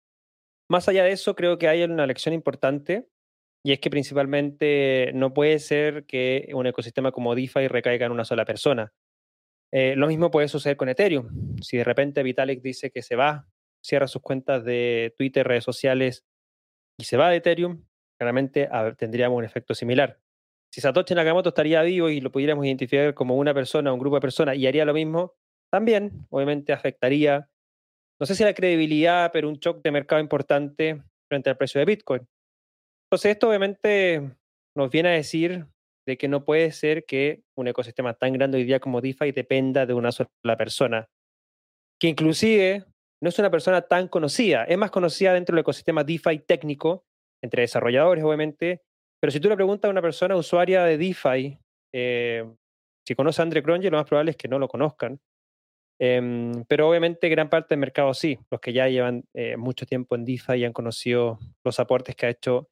más allá de eso, creo que hay una lección importante y es que principalmente no puede ser que un ecosistema como DeFi recaiga en una sola persona. Eh, lo mismo puede suceder con Ethereum. Si de repente Vitalik dice que se va, cierra sus cuentas de Twitter, redes sociales y se va de Ethereum, claramente a, tendríamos un efecto similar. Si Satoshi Nakamoto estaría vivo y lo pudiéramos identificar como una persona, un grupo de personas y haría lo mismo, también obviamente afectaría, no sé si la credibilidad, pero un shock de mercado importante frente al precio de Bitcoin. Entonces esto obviamente nos viene a decir de que no puede ser que un ecosistema tan grande hoy día como DeFi dependa de una sola persona, que inclusive no es una persona tan conocida, es más conocida dentro del ecosistema DeFi técnico, entre desarrolladores obviamente, pero si tú le preguntas a una persona usuaria de DeFi, eh, si conoce a Andre Cronje, lo más probable es que no lo conozcan. Eh, pero obviamente gran parte del mercado sí, los que ya llevan eh, mucho tiempo en DeFi y han conocido los aportes que ha hecho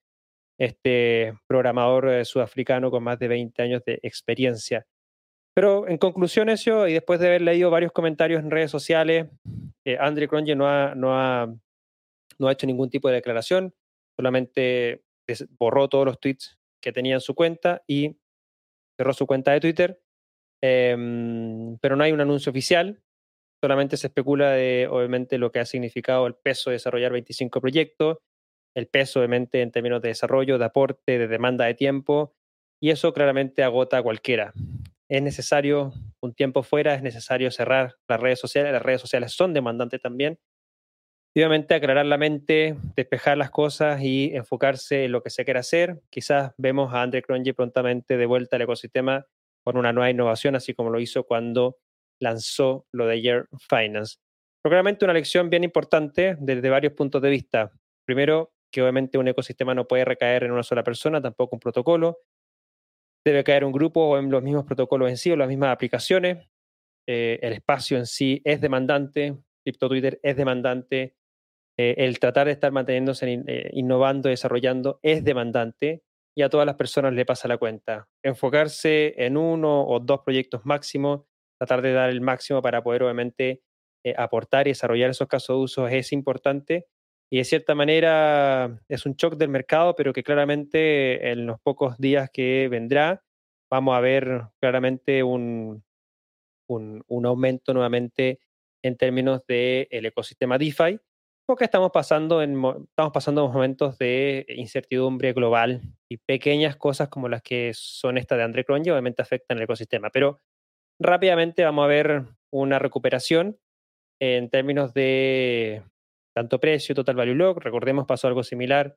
este programador eh, sudafricano con más de veinte años de experiencia. Pero en conclusión eso, y después de haber leído varios comentarios en redes sociales, eh, Andre Cronje no ha, no, ha, no ha hecho ningún tipo de declaración, solamente borró todos los tweets que tenía en su cuenta y cerró su cuenta de Twitter, eh, pero no hay un anuncio oficial, solamente se especula de, obviamente, lo que ha significado el peso de desarrollar veinticinco proyectos, el peso, obviamente, en términos de desarrollo, de aporte, de demanda de tiempo, y eso claramente agota a cualquiera. Es necesario un tiempo fuera, es necesario cerrar las redes sociales, las redes sociales son demandantes también, y obviamente aclarar la mente, despejar las cosas y enfocarse en lo que se quiere hacer. Quizás vemos a Andre Cronje prontamente de vuelta al ecosistema con una nueva innovación, así como lo hizo cuando lanzó lo de Year Finance. Pero claramente una lección bien importante desde varios puntos de vista. Primero, que obviamente un ecosistema no puede recaer en una sola persona, tampoco un protocolo. Debe caer un grupo o en los mismos protocolos en sí o las mismas aplicaciones. Eh, el espacio en sí es demandante, Crypto Twitter es demandante, eh, el tratar de estar manteniéndose, in- eh, innovando, desarrollando, es demandante y a todas las personas le pasa la cuenta. Enfocarse en uno o dos proyectos máximo, tratar de dar el máximo para poder obviamente eh, aportar y desarrollar esos casos de uso es importante y de cierta manera es un shock del mercado, pero que claramente en los pocos días que vendrá vamos a ver claramente un, un, un aumento nuevamente en términos del ecosistema DeFi, porque estamos pasando, en, mo- estamos pasando momentos de incertidumbre global y pequeñas cosas como las que son estas de Andre Cronje obviamente afectan el ecosistema. Pero rápidamente vamos a ver una recuperación en términos de tanto precio, total value lock. Recordemos, pasó algo similar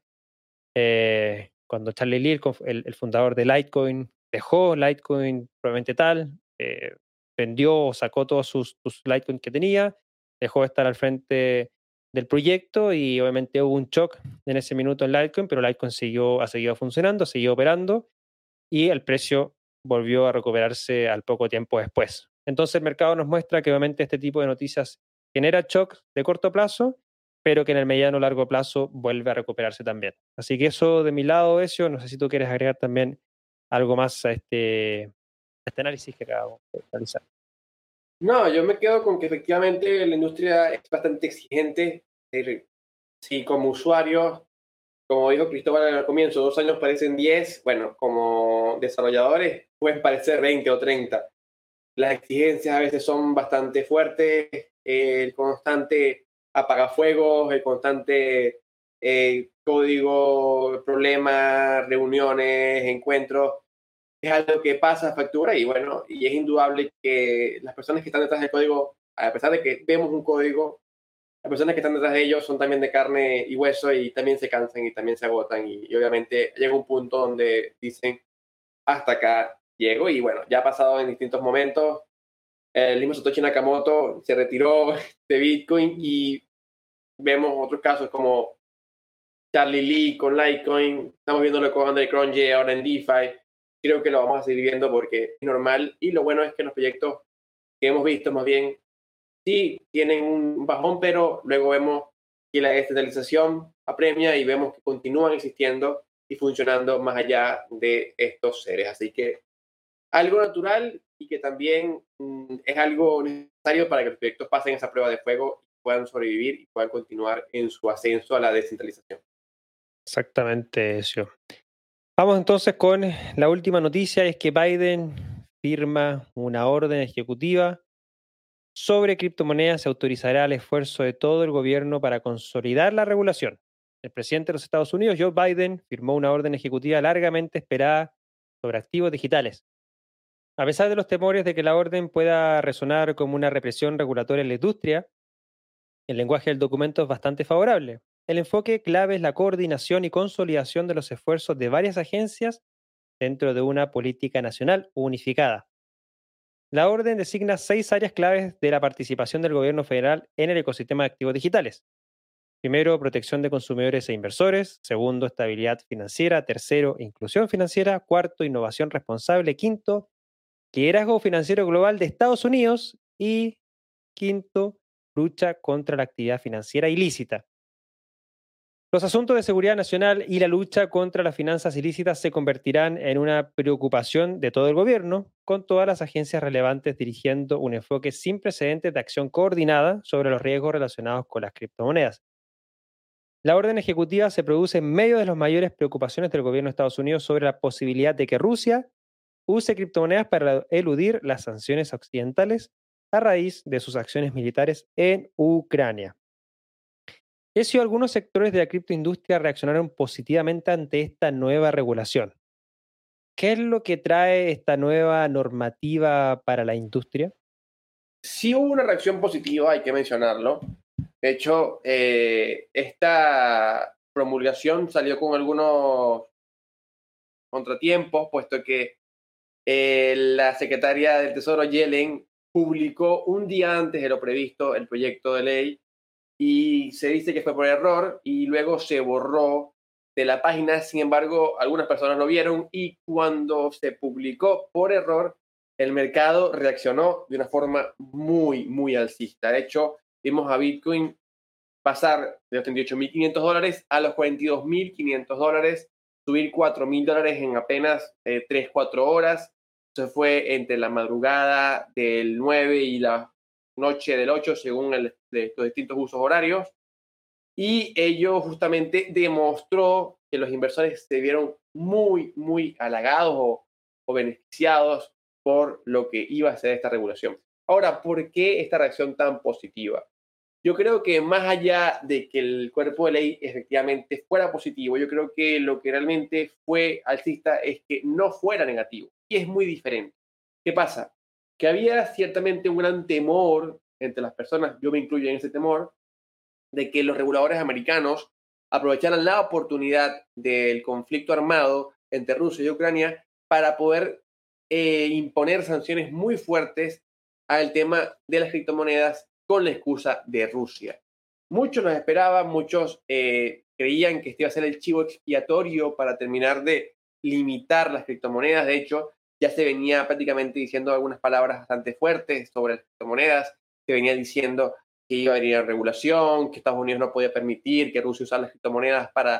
eh, cuando Charlie Lee, el, conf- el- el fundador de Litecoin, dejó Litecoin probablemente tal, eh, vendió o sacó todos sus, sus Litecoin que tenía, dejó de estar al frente del proyecto y obviamente hubo un shock en ese minuto en Litecoin, pero Litecoin siguió, ha seguido funcionando, siguió operando y el precio volvió a recuperarse al poco tiempo después. Entonces el mercado nos muestra que obviamente este tipo de noticias genera shock de corto plazo, pero que en el mediano o largo plazo vuelve a recuperarse también. Así que eso de mi lado, Ezio, no sé si tú quieres agregar también algo más a este, a este análisis que acabamos de realizar. No, yo me quedo con que efectivamente la industria es bastante exigente. Eh, Si como usuarios, como dijo Cristóbal al comienzo, dos años parecen diez, bueno, como desarrolladores pueden parecer veinte o treinta. Las exigencias a veces son bastante fuertes, eh, el constante apagafuegos, el constante eh, código, problemas, reuniones, encuentros, es algo que pasa factura y bueno, y es indudable que las personas que están detrás del código, a pesar de que vemos un código, las personas que están detrás de ellos son también de carne y hueso y también se cansan y también se agotan y, y obviamente llega un punto donde dicen hasta acá llego y bueno, ya ha pasado en distintos momentos. El mismo Satoshi Nakamoto se retiró de Bitcoin y vemos otros casos como Charlie Lee con Litecoin, estamos viéndolo con Andre Cronje ahora en DeFi. Creo que lo vamos a seguir viendo porque es normal y lo bueno es que los proyectos que hemos visto más bien sí tienen un bajón, pero luego vemos que la descentralización apremia y vemos que continúan existiendo y funcionando más allá de estos seres. Así que algo natural y que también mm, es algo necesario para que los proyectos pasen esa prueba de fuego y puedan sobrevivir y puedan continuar en su ascenso a la descentralización. Exactamente, Ezio. Vamos entonces con la última noticia, es que Biden firma una orden ejecutiva sobre criptomonedas. Se autorizará el esfuerzo de todo el gobierno para consolidar la regulación. El presidente de los Estados Unidos, Joe Biden, firmó una orden ejecutiva largamente esperada sobre activos digitales. A pesar de los temores de que la orden pueda resonar como una represión regulatoria en la industria, el lenguaje del documento es bastante favorable. El enfoque clave es la coordinación y consolidación de los esfuerzos de varias agencias dentro de una política nacional unificada. La orden designa seis áreas claves de la participación del gobierno federal en el ecosistema de activos digitales. Primero, protección de consumidores e inversores. Segundo, estabilidad financiera. Tercero, inclusión financiera. Cuarto, innovación responsable. Quinto, liderazgo financiero global de Estados Unidos. Y quinto, lucha contra la actividad financiera ilícita. Los asuntos de seguridad nacional y la lucha contra las finanzas ilícitas se convertirán en una preocupación de todo el gobierno, con todas las agencias relevantes dirigiendo un enfoque sin precedentes de acción coordinada sobre los riesgos relacionados con las criptomonedas. La orden ejecutiva se produce en medio de las mayores preocupaciones del gobierno de Estados Unidos sobre la posibilidad de que Rusia use criptomonedas para eludir las sanciones occidentales a raíz de sus acciones militares en Ucrania. Eso, algunos sectores de la criptoindustria reaccionaron positivamente ante esta nueva regulación. ¿Qué es lo que trae esta nueva normativa para la industria? Sí hubo una reacción positiva, hay que mencionarlo. De hecho, eh, esta promulgación salió con algunos contratiempos, puesto que eh, la secretaria del Tesoro, Yellen, publicó un día antes de lo previsto el proyecto de ley y se dice que fue por error y luego se borró de la página. Sin embargo, algunas personas lo vieron y cuando se publicó por error, el mercado reaccionó de una forma muy, muy alcista. De hecho, vimos a Bitcoin pasar de los treinta y ocho mil quinientos dólares a los cuarenta y dos mil quinientos dólares, subir cuatro mil dólares en apenas eh, tres, cuatro horas. Eso fue entre la madrugada del nueve y la noche del ocho, según el, de los distintos usos horarios. Y ello justamente demostró que los inversores se vieron muy, muy halagados o, o beneficiados por lo que iba a ser esta regulación. Ahora, ¿por qué esta reacción tan positiva? Yo creo que más allá de que el cuerpo de ley efectivamente fuera positivo, yo creo que lo que realmente fue alcista es que no fuera negativo. Y es muy diferente. ¿Qué pasa? Que había ciertamente un gran temor entre las personas, yo me incluyo en ese temor, de que los reguladores americanos aprovecharan la oportunidad del conflicto armado entre Rusia y Ucrania para poder eh, imponer sanciones muy fuertes al tema de las criptomonedas con la excusa de Rusia. Muchos los esperaban, muchos eh, creían que este iba a ser el chivo expiatorio para terminar de limitar las criptomonedas. De hecho, ya se venía prácticamente diciendo algunas palabras bastante fuertes sobre las criptomonedas. Se venía diciendo que iba a venir regulación, que Estados Unidos no podía permitir que Rusia usara las criptomonedas para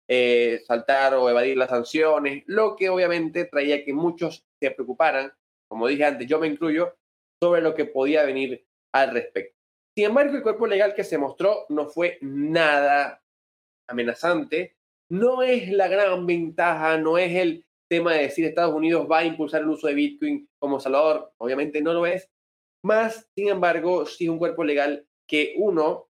eh, saltar o evadir las sanciones, lo que obviamente traía que muchos se preocuparan, como dije antes, yo me incluyo, sobre lo que podía venir al respecto. Sin embargo, el cuerpo legal que se mostró no fue nada amenazante, no es la gran ventaja, no es el tema de decir Estados Unidos va a impulsar el uso de Bitcoin como Salvador, obviamente no lo es, más, sin embargo, sí es un cuerpo legal que uno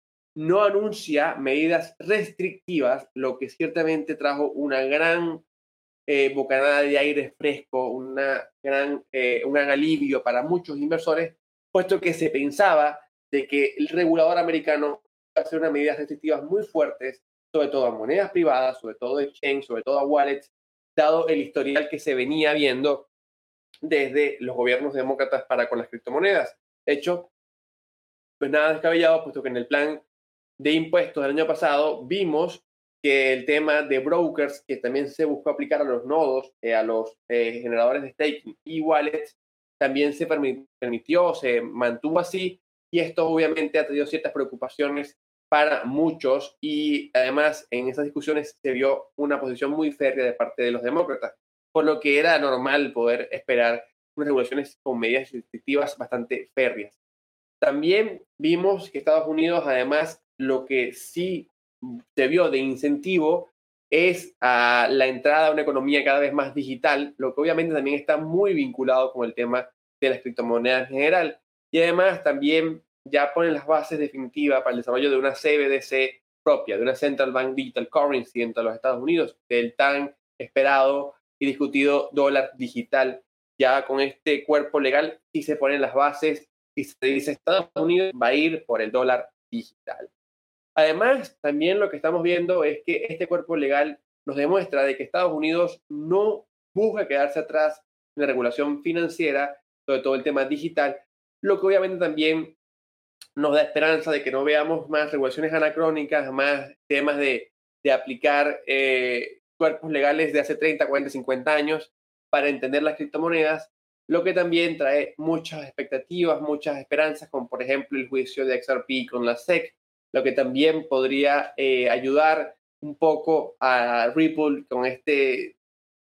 no anuncia medidas restrictivas, lo que ciertamente trajo una gran eh, bocanada de aire fresco, una gran, eh, un gran alivio para muchos inversores, puesto que se pensaba de que el regulador americano iba a hacer unas medidas restrictivas muy fuertes, sobre todo a monedas privadas, sobre todo exchange, sobre todo a wallets, dado el historial que se venía viendo desde los gobiernos demócratas para con las criptomonedas. De hecho, pues nada descabellado, puesto que en el plan de impuestos del año pasado vimos que el tema de brokers, que también se buscó aplicar a los nodos, eh, a los eh, generadores de staking y wallets, también se permitió, se mantuvo así, y esto obviamente ha traído ciertas preocupaciones para muchos, y además en esas discusiones se vio una posición muy férrea de parte de los demócratas, por lo que era normal poder esperar unas regulaciones con medidas restrictivas bastante férreas. También vimos que Estados Unidos, además, lo que sí se vio de incentivo es a la entrada a una economía cada vez más digital, lo que obviamente también está muy vinculado con el tema de las criptomonedas en general. Y además también ya ponen las bases definitivas para el desarrollo de una C B D C propia, de una Central Bank Digital Currency entre los Estados Unidos, del tan esperado y discutido dólar digital. Ya con este cuerpo legal sí se ponen las bases y se dice Estados Unidos va a ir por el dólar digital. Además, también lo que estamos viendo es que este cuerpo legal nos demuestra de que Estados Unidos no busca quedarse atrás en la regulación financiera, sobre todo el tema digital, lo que obviamente también nos da esperanza de que no veamos más regulaciones anacrónicas, más temas de, de aplicar eh, cuerpos legales de hace treinta, cuarenta, cincuenta años para entender las criptomonedas, lo que también trae muchas expectativas, muchas esperanzas, como por ejemplo el juicio de X R P con la S E C, lo que también podría eh, ayudar un poco a Ripple con este,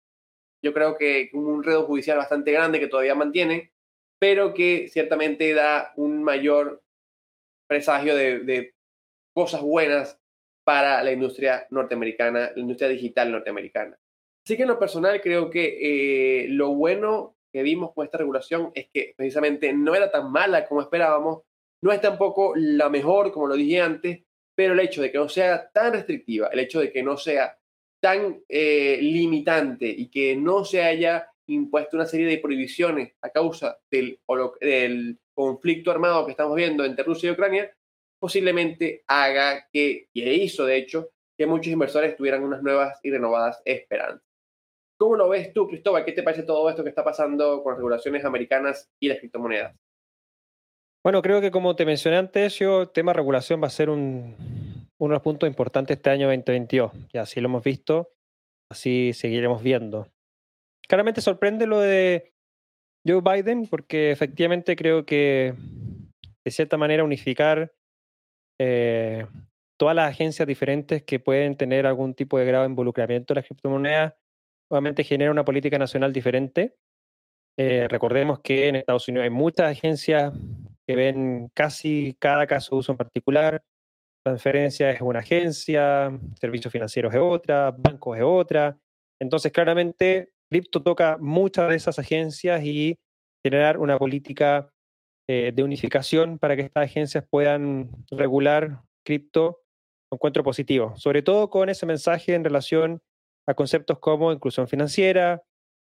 yo creo que un enredo judicial bastante grande que todavía mantiene, pero que ciertamente da un mayor presagio de, de cosas buenas para la industria norteamericana, la industria digital norteamericana. Así que en lo personal creo que eh, lo bueno que vimos con esta regulación es que precisamente no era tan mala como esperábamos, no es tampoco la mejor como lo dije antes, pero el hecho de que no sea tan restrictiva, el hecho de que no sea tan eh, limitante y que no se haya impuesto una serie de prohibiciones a causa del, del conflicto armado que estamos viendo entre Rusia y Ucrania, posiblemente haga que, y hizo de hecho, que muchos inversores tuvieran unas nuevas y renovadas esperanzas. ¿Cómo lo ves tú, Cristóbal? ¿Qué te parece todo esto que está pasando con las regulaciones americanas y las criptomonedas? Bueno, creo que como te mencioné antes, yo, el tema regulación va a ser un, uno de los puntos importantes este año veinte veintidós. Y así lo hemos visto, así seguiremos viendo. Claramente sorprende lo de Joe Biden porque efectivamente creo que de cierta manera unificar eh, todas las agencias diferentes que pueden tener algún tipo de grado de involucramiento en las criptomonedas, obviamente genera una política nacional diferente. Eh, recordemos que en Estados Unidos hay muchas agencias que ven casi cada caso de uso en particular. Transferencia es una agencia, servicios financieros es otra, bancos es otra. Entonces, claramente, cripto toca muchas de esas agencias y generar una política eh, de unificación para que estas agencias puedan regular cripto, lo encuentro positivo, sobre todo con ese mensaje en relación a conceptos como inclusión financiera,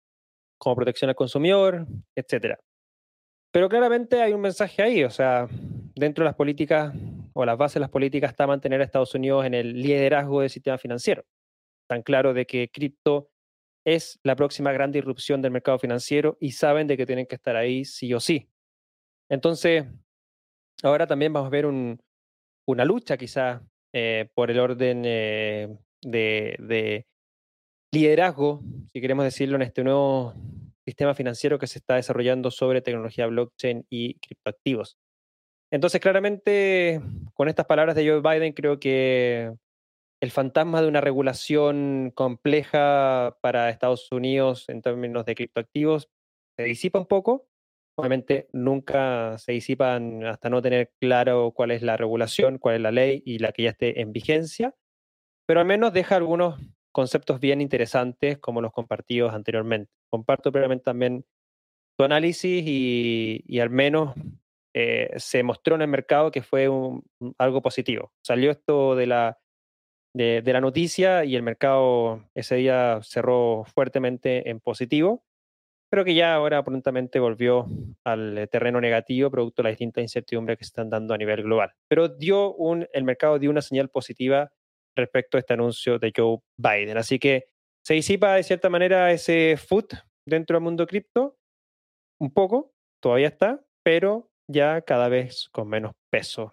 como protección al consumidor, etcétera. Pero claramente hay un mensaje ahí, o sea, dentro de las políticas o las bases de las políticas está mantener a Estados Unidos en el liderazgo del sistema financiero. Tan claro de que cripto es la próxima gran disrupción del mercado financiero y saben de que tienen que estar ahí sí o sí. Entonces, ahora también vamos a ver un, una lucha quizás eh, por el orden eh, de, de liderazgo, si queremos decirlo, en este nuevo sistema financiero que se está desarrollando sobre tecnología blockchain y criptoactivos. Entonces, claramente, con estas palabras de Joe Biden, creo que el fantasma de una regulación compleja para Estados Unidos en términos de criptoactivos se disipa un poco. Obviamente, nunca se disipan hasta no tener claro cuál es la regulación, cuál es la ley y la que ya esté en vigencia, pero al menos deja algunos conceptos bien interesantes como los compartidos anteriormente. Comparto plenamente también tu análisis y, y al menos eh, se mostró en el mercado que fue un- un- algo positivo. Salió esto de la, de, de la noticia y el mercado ese día cerró fuertemente en positivo, pero que ya ahora prontamente volvió al eh, terreno negativo producto de las distintas incertidumbres que se están dando a nivel global. Pero dio un, el mercado dio una señal positiva respecto a este anuncio de Joe Biden. Así que se disipa de cierta manera ese foot dentro del mundo cripto, un poco, todavía está, pero ya cada vez con menos peso.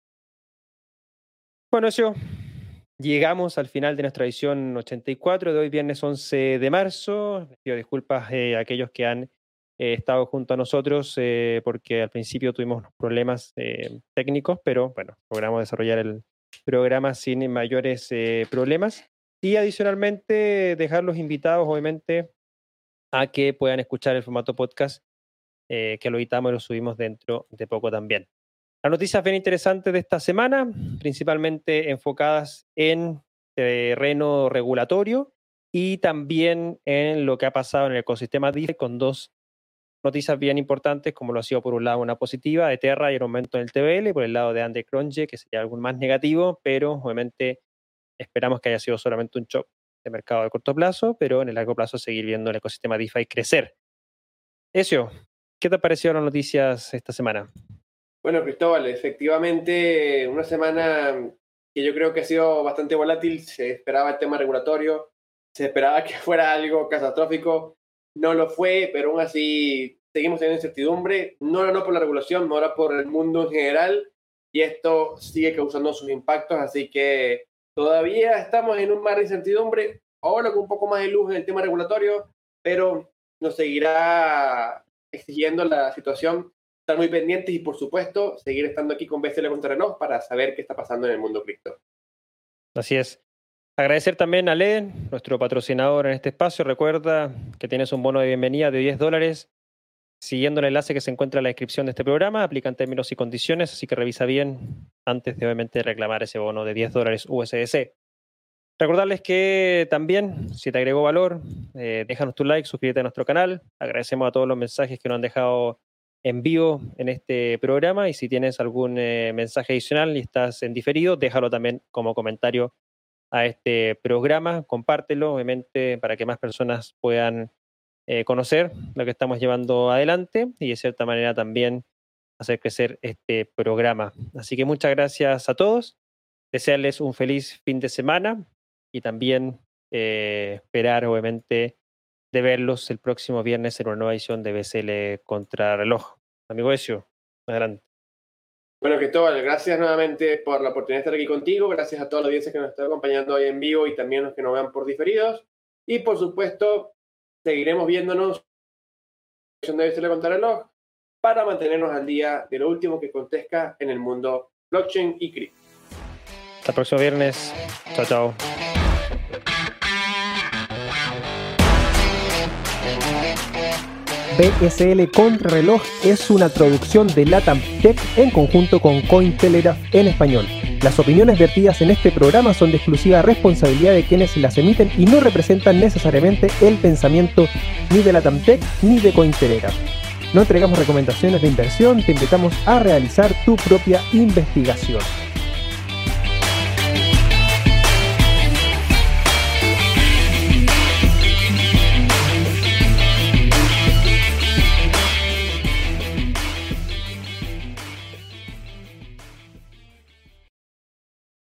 Bueno, eso, llegamos al final de nuestra edición ochenta y cuatro de hoy, viernes once de marzo. Les pido disculpas eh, a aquellos que han eh, estado junto a nosotros eh, porque al principio tuvimos unos problemas eh, técnicos, pero bueno, logramos desarrollar el programa sin mayores eh, problemas. Y adicionalmente dejar los invitados, obviamente, a que puedan escuchar el formato podcast eh, que lo editamos y lo subimos dentro de poco también. Las noticias bien interesantes de esta semana, principalmente enfocadas en terreno regulatorio y también en lo que ha pasado en el ecosistema DeFi con dos noticias bien importantes, como lo ha sido por un lado una positiva de Terra y el aumento del T V L, y por el lado de Ander Cronje, que sería algo más negativo, pero obviamente esperamos que haya sido solamente un shock de mercado de corto plazo, pero en el largo plazo seguir viendo el ecosistema DeFi crecer. Ezio, ¿qué te parecieron las noticias esta semana? Bueno, Cristóbal, efectivamente, una semana que yo creo que ha sido bastante volátil. Se esperaba el tema regulatorio, se esperaba que fuera algo catastrófico. No lo fue, pero aún así seguimos teniendo incertidumbre. No era no por la regulación, no era por el mundo en general. Y esto sigue causando sus impactos, así que todavía estamos en un mar de incertidumbre. Ahora con un poco más de luz en el tema regulatorio, pero nos seguirá exigiendo la situación estar muy pendientes y, por supuesto, seguir estando aquí con B C L contra Renault para saber qué está pasando en el mundo cripto. Así es. Agradecer también a L E D, nuestro patrocinador en este espacio. Recuerda que tienes un bono de bienvenida de diez dólares siguiendo el enlace que se encuentra en la descripción de este programa. Aplican términos y condiciones, así que revisa bien antes de obviamente reclamar ese bono de diez dólares U S D C. Recordarles que también, si te agregó valor, eh, déjanos tu like, suscríbete a nuestro canal. Agradecemos a todos los mensajes que nos han dejado en vivo en este programa y si tienes algún eh, mensaje adicional y estás en diferido, déjalo también como comentario a este programa, compártelo, obviamente, para que más personas puedan eh, conocer lo que estamos llevando adelante y de cierta manera también hacer crecer este programa. Así que muchas gracias a todos, desearles un feliz fin de semana y también eh, esperar, obviamente, de verlos el próximo viernes en una nueva edición de B C L Contrarreloj. Amigo Ezio, adelante. Bueno, Cristóbal, gracias nuevamente por la oportunidad de estar aquí contigo. Gracias a toda la audiencia que nos está acompañando hoy en vivo y también los que nos vean por diferidos. Y por supuesto, seguiremos viéndonos en de B C L Contrarreloj para mantenernos al día de lo último que acontezca en el mundo blockchain y cripto. Hasta el próximo viernes. Chao, chao. B S L Contrarreloj es una traducción de LATAM Tech en conjunto con Cointelegraph en español. Las opiniones vertidas en este programa son de exclusiva responsabilidad de quienes las emiten y no representan necesariamente el pensamiento ni de LATAM Tech ni de Cointelegraph. No entregamos recomendaciones de inversión, te invitamos a realizar tu propia investigación.